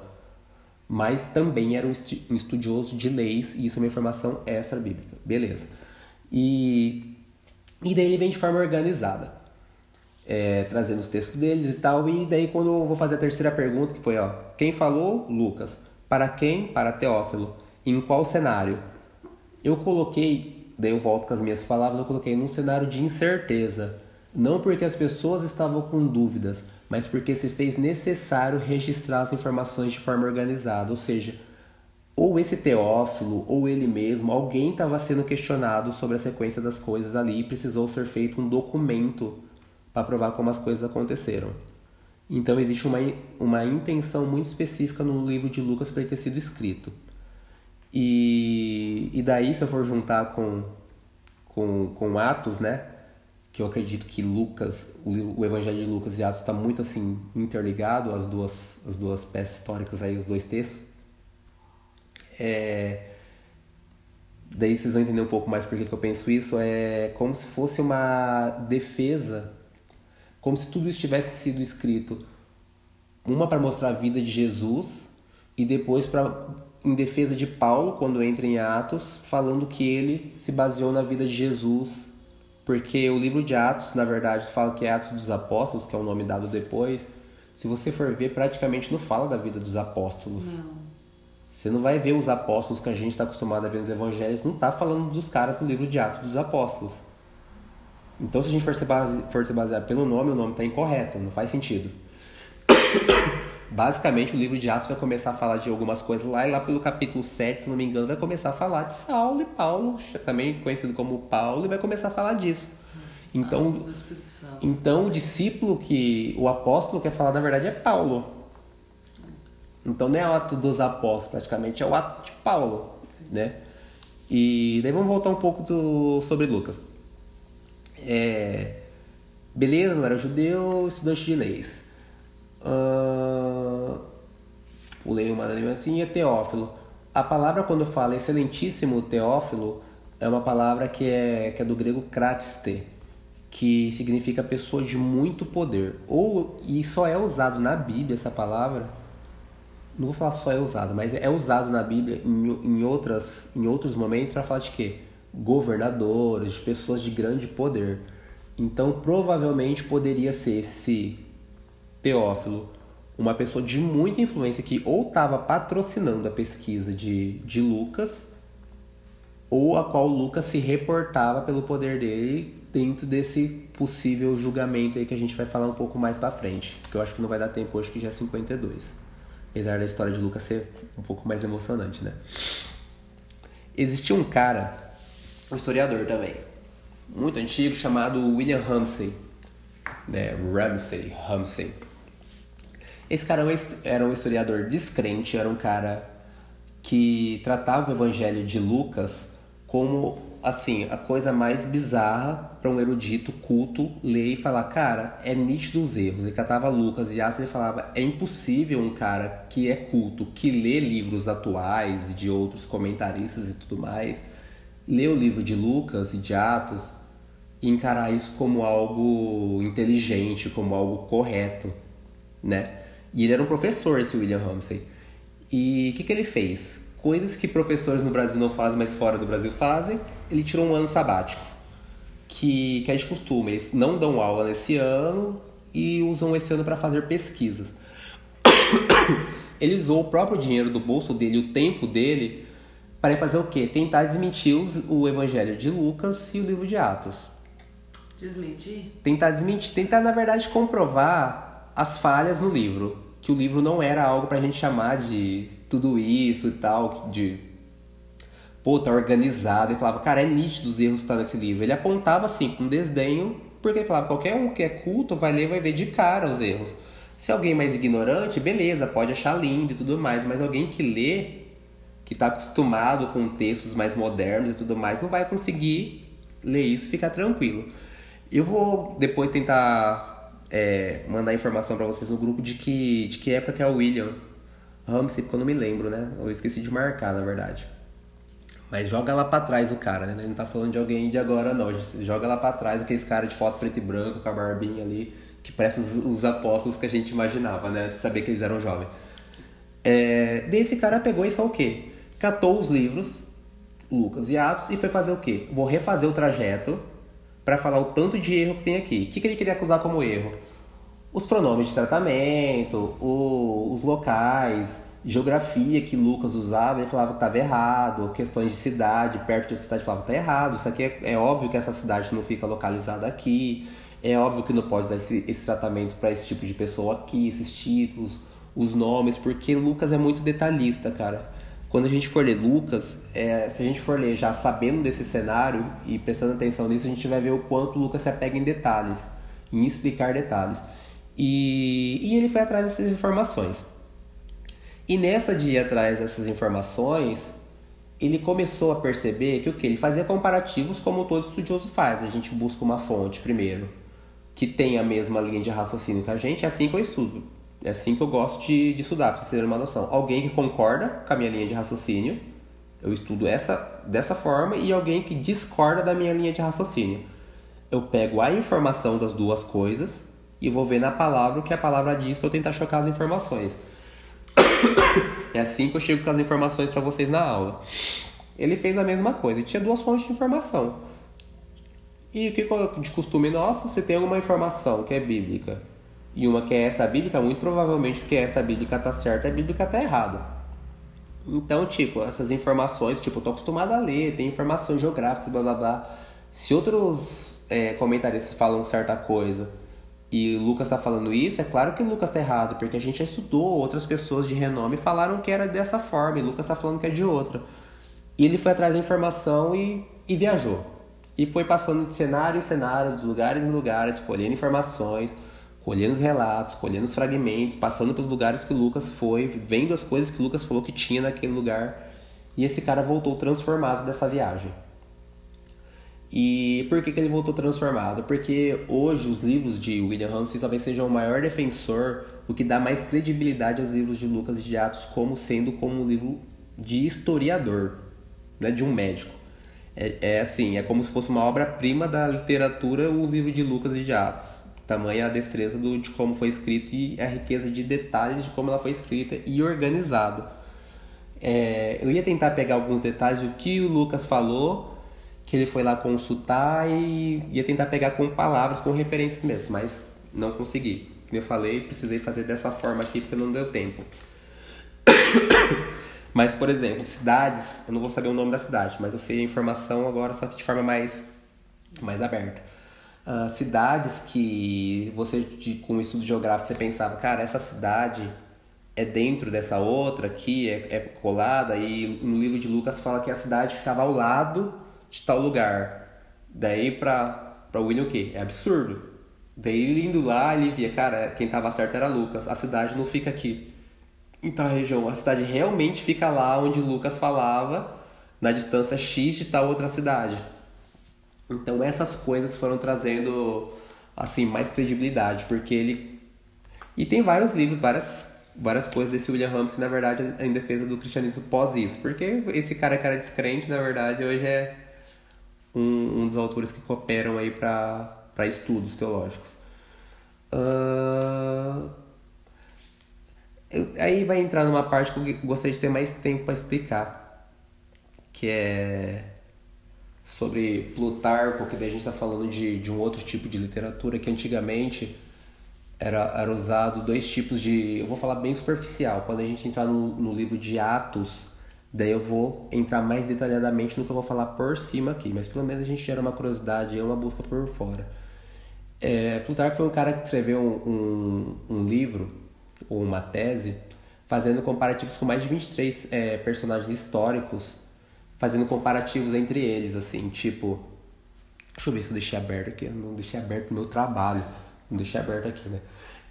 Mas também era um estudioso de leis, e isso é uma informação extra-bíblica. Beleza. E daí ele vem de forma organizada, trazendo os textos deles e tal. E daí quando eu vou fazer a terceira pergunta, que foi, quem falou? Lucas. Para quem? Para Teófilo. Em qual cenário? Eu coloquei, daí eu volto com as minhas palavras, eu coloquei num cenário de incerteza. Não porque as pessoas estavam com dúvidas, mas porque se fez necessário registrar as informações de forma organizada. Ou seja, ou esse Teófilo, ou ele mesmo, alguém estava sendo questionado sobre a sequência das coisas ali e precisou ser feito um documento para provar como as coisas aconteceram. Então existe uma intenção muito específica no livro de Lucas para ele ter sido escrito. E daí, se eu for juntar com Atos, né? Que eu acredito que Lucas, o Evangelho de Lucas e Atos está muito assim interligado, as duas peças históricas aí, os dois textos. Daí vocês vão entender um pouco mais por que eu penso isso. É como se fosse uma defesa, como se tudo isso tivesse sido escrito, uma para mostrar a vida de Jesus e depois em defesa de Paulo, quando entra em Atos, falando que ele se baseou na vida de Jesus. Porque o livro de Atos, na verdade, fala que é Atos dos Apóstolos, que é o nome dado depois. Se você for ver, praticamente não fala da vida dos apóstolos. Não. Você não vai ver os apóstolos que a gente está acostumado a ver nos evangelhos, não está falando dos caras do livro de Atos dos Apóstolos. Então, se a gente for se basear pelo nome, o nome está incorreto, não faz sentido. Basicamente, o livro de Atos vai começar a falar de algumas coisas lá, e lá pelo capítulo 7, se não me engano, vai começar a falar de Saulo e Paulo, também conhecido como Paulo, e vai começar a falar disso. Então, o discípulo o apóstolo quer falar, na verdade, é Paulo. Então não é o ato dos apóstolos, praticamente é o ato de Paulo, né? E daí vamos voltar um pouco sobre Lucas. Beleza, não era judeu, estudante de leis. Pulei uma linha assim, é Teófilo. A palavra, quando fala excelentíssimo Teófilo, é uma palavra que é do grego kratiste, que significa pessoa de muito poder. E só é usado na Bíblia essa palavra, não vou falar só é usado, mas é usado na Bíblia em outros momentos para falar de quê? Governadores, de pessoas de grande poder. Então provavelmente poderia ser esse Teófilo uma pessoa de muita influência que ou estava patrocinando a pesquisa de Lucas, ou a qual Lucas se reportava pelo poder dele dentro desse possível julgamento aí que a gente vai falar um pouco mais pra frente, que eu acho que não vai dar tempo hoje, que já é 52. Apesar da história de Lucas ser um pouco mais emocionante, né? Existia um cara, um historiador também, muito antigo, chamado William Ramsay, né? Ramsay. Esse cara era um historiador descrente, era um cara que tratava o Evangelho de Lucas como, assim, a coisa mais bizarra para um erudito culto ler e falar, cara, é nítido os erros. Ele catava Lucas e Atos e falava, é impossível um cara que é culto, que lê livros atuais e de outros comentaristas e tudo mais, ler o livro de Lucas e de Atos e encarar isso como algo inteligente, como algo correto, né? E ele era um professor, esse William Ramsay. E o que ele fez? Coisas que professores no Brasil não fazem, mas fora do Brasil fazem. Ele tirou um ano sabático, que é de costume. Eles não dão aula nesse ano e usam esse ano para fazer pesquisas. Ele usou o próprio dinheiro do bolso dele, o tempo dele, para fazer o quê? Tentar desmentir o Evangelho de Lucas e o livro de Atos. Desmentir? Tentar, na verdade, comprovar as falhas no livro, que o livro não era algo pra gente chamar de tudo isso e tal, tá organizado. Ele falava, cara, é nítido os erros que tá nesse livro. Ele apontava assim, com desdenho, porque ele falava, qualquer um que é culto vai ler, vai ver de cara os erros. Se alguém mais ignorante, beleza, pode achar lindo e tudo mais, mas alguém que lê, que tá acostumado com textos mais modernos e tudo mais, não vai conseguir ler isso e ficar tranquilo. Eu vou depois tentar mandar informação pra vocês no grupo de que época que é o William Ramsay, porque eu não me lembro, né? Eu esqueci de marcar, na verdade. Mas joga lá pra trás o cara, né? Ele não tá falando de alguém de agora, não. Joga lá pra trás aqueles caras de foto preto e branco, com a barbinha ali, que parece os apóstolos que a gente imaginava, né? Saber que eles eram jovens. Daí esse cara pegou e só o quê? Catou os livros, Lucas e Atos e foi fazer o quê? Vou refazer o trajeto para falar o tanto de erro que tem aqui. O que ele queria acusar como erro? Os pronomes de tratamento, os locais, geografia que Lucas usava, ele falava que estava errado, questões de cidade, perto de cidade falava que está errado, isso aqui é óbvio que essa cidade não fica localizada aqui, é óbvio que não pode usar esse tratamento para esse tipo de pessoa aqui, esses títulos, os nomes, porque Lucas é muito detalhista, cara. Quando a gente for ler Lucas, se a gente for ler já sabendo desse cenário e prestando atenção nisso, a gente vai ver o quanto Lucas se apega em detalhes, em explicar detalhes. E ele foi atrás dessas informações. E nessa de ir atrás dessas informações, ele começou a perceber que o que? Ele fazia comparativos como todo estudioso faz. A gente busca uma fonte primeiro, que tem a mesma linha de raciocínio que a gente, é assim que eu estudo. É assim que eu gosto de estudar, pra vocês terem uma noção. Alguém que concorda com a minha linha de raciocínio, eu estudo dessa forma, e alguém que discorda da minha linha de raciocínio. Eu pego a informação das duas coisas e vou ver na palavra o que a palavra diz para eu tentar chocar as informações. É assim que eu chego com as informações para vocês na aula. Ele fez a mesma coisa, ele tinha duas fontes de informação. E o que de costume nosso, se tem alguma informação que é bíblica e uma que é essa bíblica, muito provavelmente que essa bíblica está certa e a bíblica está errada. Então, essas informações, eu tô acostumado a ler, tem informações geográficas, blá blá blá. Se outros comentaristas falam certa coisa e Lucas está falando isso, é claro que Lucas está errado, porque a gente já estudou, outras pessoas de renome falaram que era dessa forma e Lucas está falando que é de outra. E ele foi atrás da informação e viajou. E foi passando de cenário em cenário, de lugares em lugares, colhendo informações, colhendo os relatos, colhendo os fragmentos, passando pelos lugares que Lucas foi, vendo as coisas que Lucas falou que tinha naquele lugar. E esse cara voltou transformado dessa viagem. E por que ele voltou transformado? Porque hoje os livros de William Ramsey talvez sejam o maior defensor, o que dá mais credibilidade aos livros de Lucas e de Atos como sendo como um livro de historiador, né, de um médico. É como se fosse uma obra-prima da literatura, o livro de Lucas e de Atos. Tamanha a destreza de como foi escrito e a riqueza de detalhes de como ela foi escrita e organizado. Eu ia tentar pegar alguns detalhes do que o Lucas falou, que ele foi lá consultar, e ia tentar pegar com palavras, com referências mesmo, mas não consegui. Como eu falei, precisei fazer dessa forma aqui porque não deu tempo. Mas, por exemplo, cidades, eu não vou saber o nome da cidade, mas eu sei a informação agora, só que de forma mais aberta. Cidades que você, com o estudo geográfico, você pensava, cara, essa cidade é dentro dessa outra aqui, é colada, e no livro de Lucas fala que a cidade ficava ao lado de tal lugar. Daí pra William o quê? É absurdo. Daí ele indo lá, ele via, cara, quem tava certo era Lucas, a cidade não fica aqui. Então a cidade realmente fica lá onde Lucas falava, na distância X de tal outra cidade. Então essas coisas foram trazendo assim mais credibilidade, porque ele... E tem vários livros, várias coisas desse William Ramsey, na verdade, em defesa do cristianismo pós isso, porque esse cara que era descrente, na verdade, hoje é um dos autores que cooperam aí para estudos teológicos. Aí vai entrar numa parte que eu gostaria de ter mais tempo para explicar, que é sobre Plutarco, que daí a gente está falando de um outro tipo de literatura que antigamente era usado dois tipos de... Eu vou falar bem superficial. Quando a gente entrar no livro de Atos, daí eu vou entrar mais detalhadamente no que eu vou falar por cima aqui, mas pelo menos a gente gera uma curiosidade e uma busca por fora. Plutarco foi um cara que escreveu um livro, ou uma tese, fazendo comparativos com mais de 23 personagens históricos, fazendo comparativos entre eles, assim, tipo... Deixa eu ver se eu deixei aberto aqui. Eu não deixei aberto o meu trabalho. Não deixei aberto aqui, né?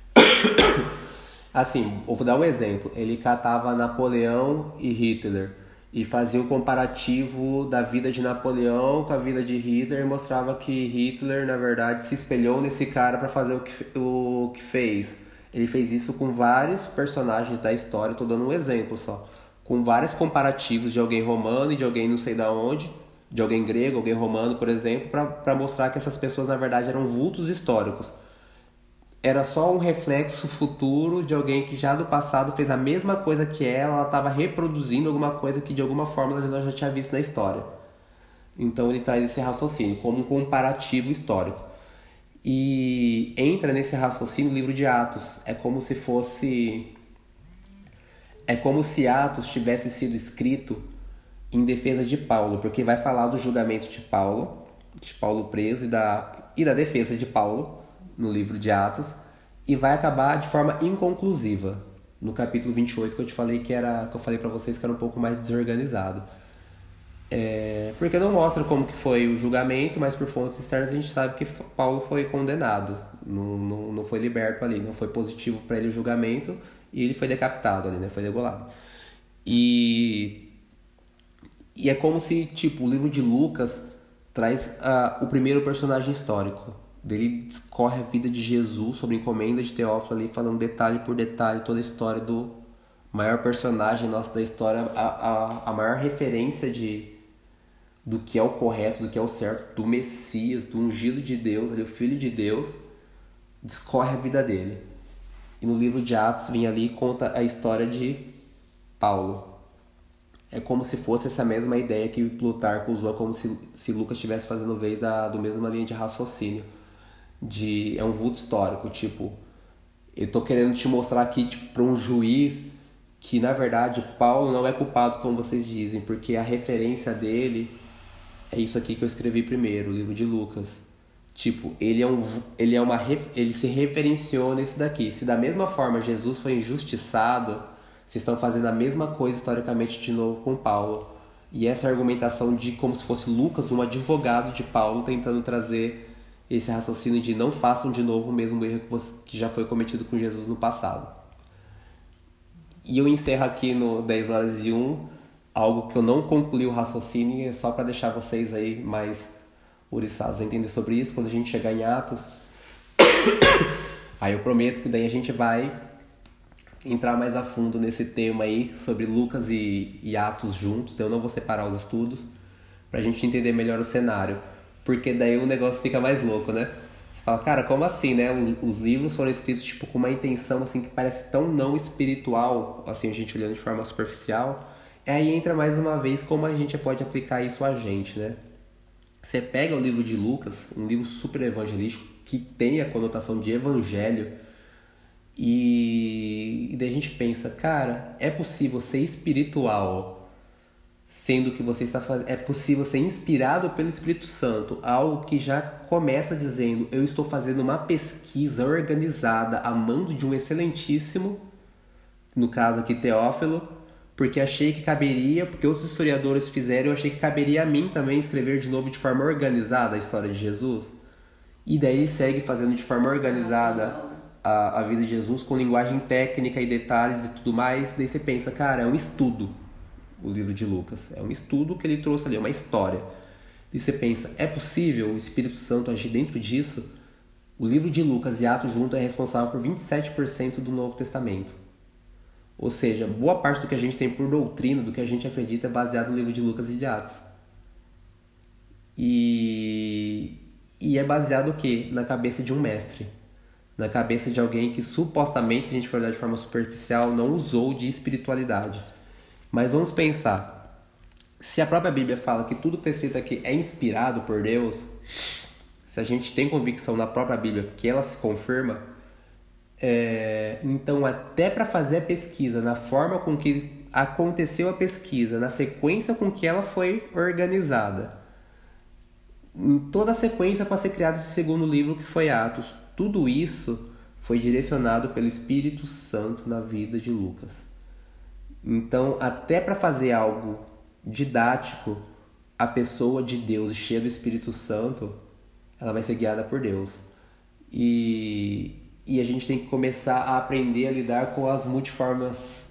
Assim, eu vou dar um exemplo. Ele catava Napoleão e Hitler e fazia um comparativo da vida de Napoleão com a vida de Hitler e mostrava que Hitler, na verdade, se espelhou nesse cara para fazer o que fez. Ele fez isso com vários personagens da história, estou dando um exemplo só. Com vários comparativos de alguém romano e de alguém não sei da onde, de alguém grego, alguém romano, por exemplo, para mostrar que essas pessoas, na verdade, eram vultos históricos. era só um reflexo futuro de alguém que já do passado fez a mesma coisa que ela estava reproduzindo alguma coisa que de alguma forma ela já tinha visto na história. Então ele traz esse raciocínio como um comparativo histórico. E entra nesse raciocínio o livro de Atos. É como se Atos tivesse sido escrito em defesa de Paulo, porque vai falar do julgamento de Paulo preso e da defesa de Paulo no livro de Atos, e vai acabar de forma inconclusiva no capítulo 28, que eu falei para vocês que era um pouco mais desorganizado. Porque não mostra como que foi o julgamento, mas por fontes externas a gente sabe que Paulo foi condenado, não foi liberto ali, não foi positivo para ele o julgamento, e ele foi decapitado ali, né? Foi degolado. E é como se, tipo, o livro de Lucas traz o primeiro personagem histórico. Ele discorre a vida de Jesus sobre encomenda de Teófilo ali, falando detalhe por detalhe toda a história do maior personagem nosso da história, a maior referência do que é o correto, do que é o certo, do Messias, do ungido de Deus, ali, o Filho de Deus, discorre a vida dele. E no livro de Atos vem ali e conta a história de Paulo. É como se fosse essa mesma ideia que Plutarco usou, como se Lucas estivesse fazendo vez do mesma linha de raciocínio. É um vulto histórico, tipo, eu tô querendo te mostrar aqui, tipo, para um juiz que, na verdade, Paulo não é culpado, como vocês dizem, porque a referência dele é isso aqui que eu escrevi primeiro, o livro de Lucas. Tipo, ele se referenciou nesse daqui. Se da mesma forma Jesus foi injustiçado, vocês estão fazendo a mesma coisa historicamente de novo com Paulo. E essa argumentação de como se fosse Lucas, um advogado de Paulo, tentando trazer esse raciocínio de não façam de novo o mesmo erro que já foi cometido com Jesus no passado. E eu encerro aqui no 10 horas e 1, algo que eu não concluí o raciocínio, é só para deixar vocês aí mais oriçados a entender sobre isso. Quando a gente chegar em Atos, aí eu prometo que daí a gente vai entrar mais a fundo nesse tema aí sobre Lucas e Atos juntos. Então eu não vou separar os estudos pra gente entender melhor o cenário, porque daí o negócio fica mais louco, né? Você fala, cara, como assim, né? Os livros foram escritos tipo com uma intenção assim que parece tão não espiritual, assim, a gente olhando de forma superficial. Aí entra mais uma vez como a gente pode aplicar isso a gente, né? Você pega o livro de Lucas, um livro super evangelístico que tem a conotação de evangelho, e daí a gente pensa, cara, é possível ser espiritual sendo que você está fazendo, é possível ser inspirado pelo Espírito Santo, algo que já começa dizendo, eu estou fazendo uma pesquisa organizada a mando de um excelentíssimo, no caso aqui Teófilo, porque achei que caberia, porque outros historiadores fizeram, eu achei que caberia a mim também escrever de novo de forma organizada a história de Jesus. E daí ele segue fazendo de forma organizada a vida de Jesus, com linguagem técnica e detalhes e tudo mais. Daí você pensa, cara, é um estudo o livro de Lucas. É um estudo que ele trouxe ali, é uma história. E você pensa, é possível o Espírito Santo agir dentro disso? O livro de Lucas e Atos junto é responsável por 27% do Novo Testamento. Ou seja, boa parte do que a gente tem por doutrina, do que a gente acredita, é baseado no livro de Lucas e de Atos. E é baseado o quê? Na cabeça de um mestre. Na cabeça de alguém que supostamente, se a gente for olhar de forma superficial, não usou de espiritualidade. Mas vamos pensar. Se a própria Bíblia fala que tudo que está escrito aqui é inspirado por Deus, se a gente tem convicção na própria Bíblia que ela se confirma, então até para fazer a pesquisa, na forma com que aconteceu a pesquisa, na sequência com que ela foi organizada, em toda a sequência para ser criado esse segundo livro que foi Atos, tudo isso foi direcionado pelo Espírito Santo na vida de Lucas. Então até para fazer algo didático, a pessoa de Deus cheia do Espírito Santo, ela vai ser guiada por Deus. E a gente tem que começar a aprender a lidar com as multiformas.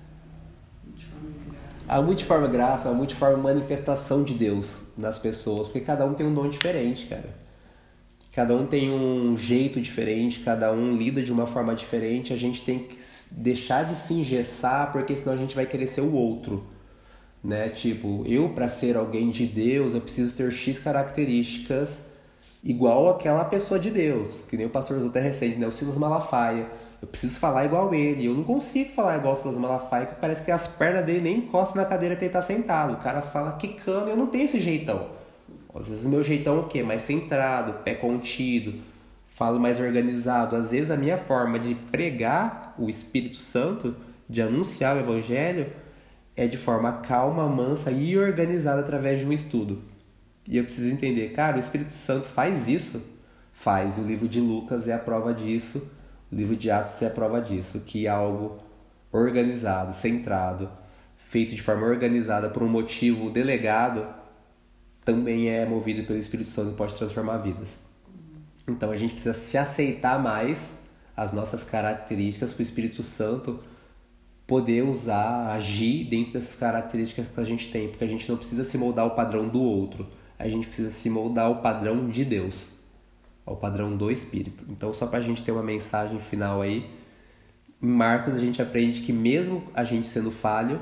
A multiforme graça, a multiforme manifestação de Deus nas pessoas. Porque cada um tem um dom diferente, cara. Cada um tem um jeito diferente, cada um lida de uma forma diferente. A gente tem que deixar de se engessar, porque senão a gente vai querer ser o outro. Né? Tipo, eu para ser alguém de Deus, eu preciso ter X características. igual aquela pessoa de Deus, que nem o pastor usou até recente, né? O Silas Malafaia. Eu preciso falar igual ele. Eu não consigo falar igual o Silas Malafaia, que parece que as pernas dele nem encostam na cadeira que ele tá sentado. O cara fala quicando, eu não tenho esse jeitão. Às vezes o meu jeitão é o quê? Mais centrado, pé contido, falo mais organizado. Às vezes a minha forma de pregar o Espírito Santo, de anunciar o Evangelho, é de forma calma, mansa e organizada através de um estudo. E eu preciso entender, cara, o Espírito Santo faz isso? Faz. O livro de Lucas é a prova disso. O livro de Atos é a prova disso. Que algo organizado, centrado, feito de forma organizada por um motivo delegado, também é movido pelo Espírito Santo e pode transformar vidas. Então a gente precisa se aceitar mais as nossas características para o Espírito Santo poder usar, agir dentro dessas características que a gente tem, porque a gente não precisa se moldar ao padrão do outro, a gente precisa se moldar ao padrão de Deus, ao padrão do Espírito. Então, só para a gente ter uma mensagem final aí, em Marcos a gente aprende que mesmo a gente sendo falho,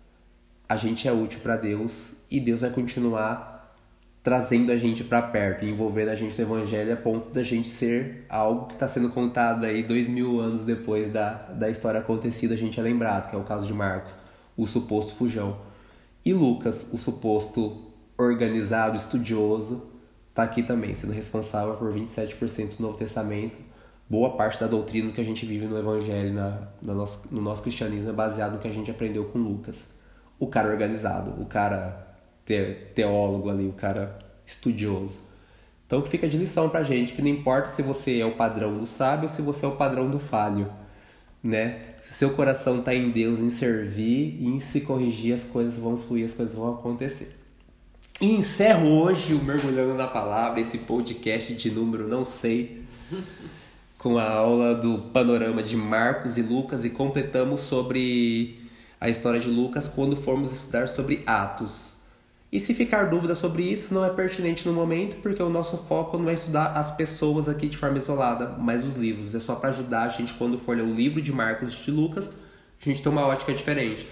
a gente é útil para Deus e Deus vai continuar trazendo a gente para perto, envolvendo a gente no Evangelho a ponto da gente ser algo que está sendo contado aí 2000 anos depois da história acontecida, a gente é lembrado, que é o caso de Marcos, o suposto fujão. E Lucas, o suposto organizado, estudioso, está aqui também, sendo responsável por 27% do Novo Testamento. Boa parte da doutrina que a gente vive no Evangelho, no nosso cristianismo, é baseado no que a gente aprendeu com Lucas. O cara organizado, o cara teólogo ali, o cara estudioso. Então que fica de lição pra gente, que não importa se você é o padrão do sábio ou se você é o padrão do falho, né? Se seu coração tá em Deus, em servir e em se corrigir, as coisas vão fluir, as coisas vão acontecer. E encerro hoje o Mergulhando na Palavra, esse podcast de número não sei, com a aula do panorama de Marcos e Lucas, e completamos sobre a história de Lucas quando formos estudar sobre Atos. E se ficar dúvida sobre isso, não é pertinente no momento, porque o nosso foco não é estudar as pessoas aqui de forma isolada, mas os livros. É só para ajudar a gente, quando for ler o livro de Marcos e de Lucas, a gente tem uma ótica diferente.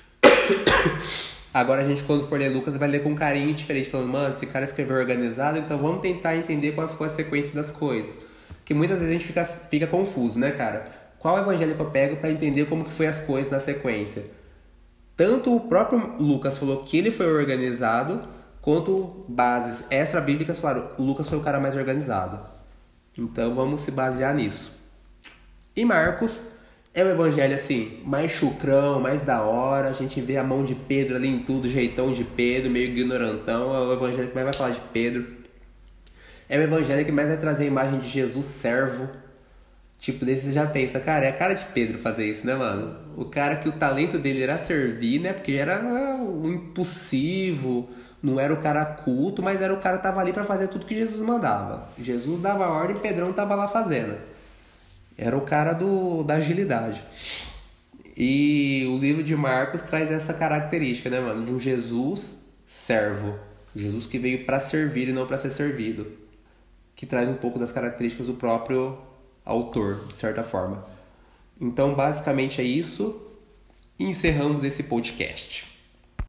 Agora a gente, quando for ler Lucas, vai ler com carinho diferente, falando, mano, esse cara escreveu organizado, então vamos tentar entender qual foi a sequência das coisas. Porque muitas vezes a gente fica confuso, né, cara? Qual evangelho que eu pego para entender como que foi as coisas na sequência? Tanto o próprio Lucas falou que ele foi organizado, quanto bases extra-bíblicas falaram que o Lucas foi o cara mais organizado. Então vamos se basear nisso. E Marcos é um evangelho assim, mais chucrão, mais da hora. A gente vê a mão de Pedro ali em tudo, jeitão de Pedro, meio ignorantão. É o evangelho que mais vai falar de Pedro. É o evangelho que mais vai trazer a imagem de Jesus servo. Tipo, desse você já pensa, cara, é a cara de Pedro fazer isso, né, mano? O cara que o talento dele era servir, né? Porque já era um impulsivo, não era o cara culto, mas era o cara que tava ali pra fazer tudo que Jesus mandava. Jesus dava ordem e Pedrão tava lá fazendo. Era o cara da agilidade. E o livro de Marcos traz essa característica, né, mano? De um Jesus servo. Jesus que veio pra servir e não pra ser servido. Que traz um pouco das características do próprio autor, de certa forma. Então, basicamente é isso. E encerramos esse podcast.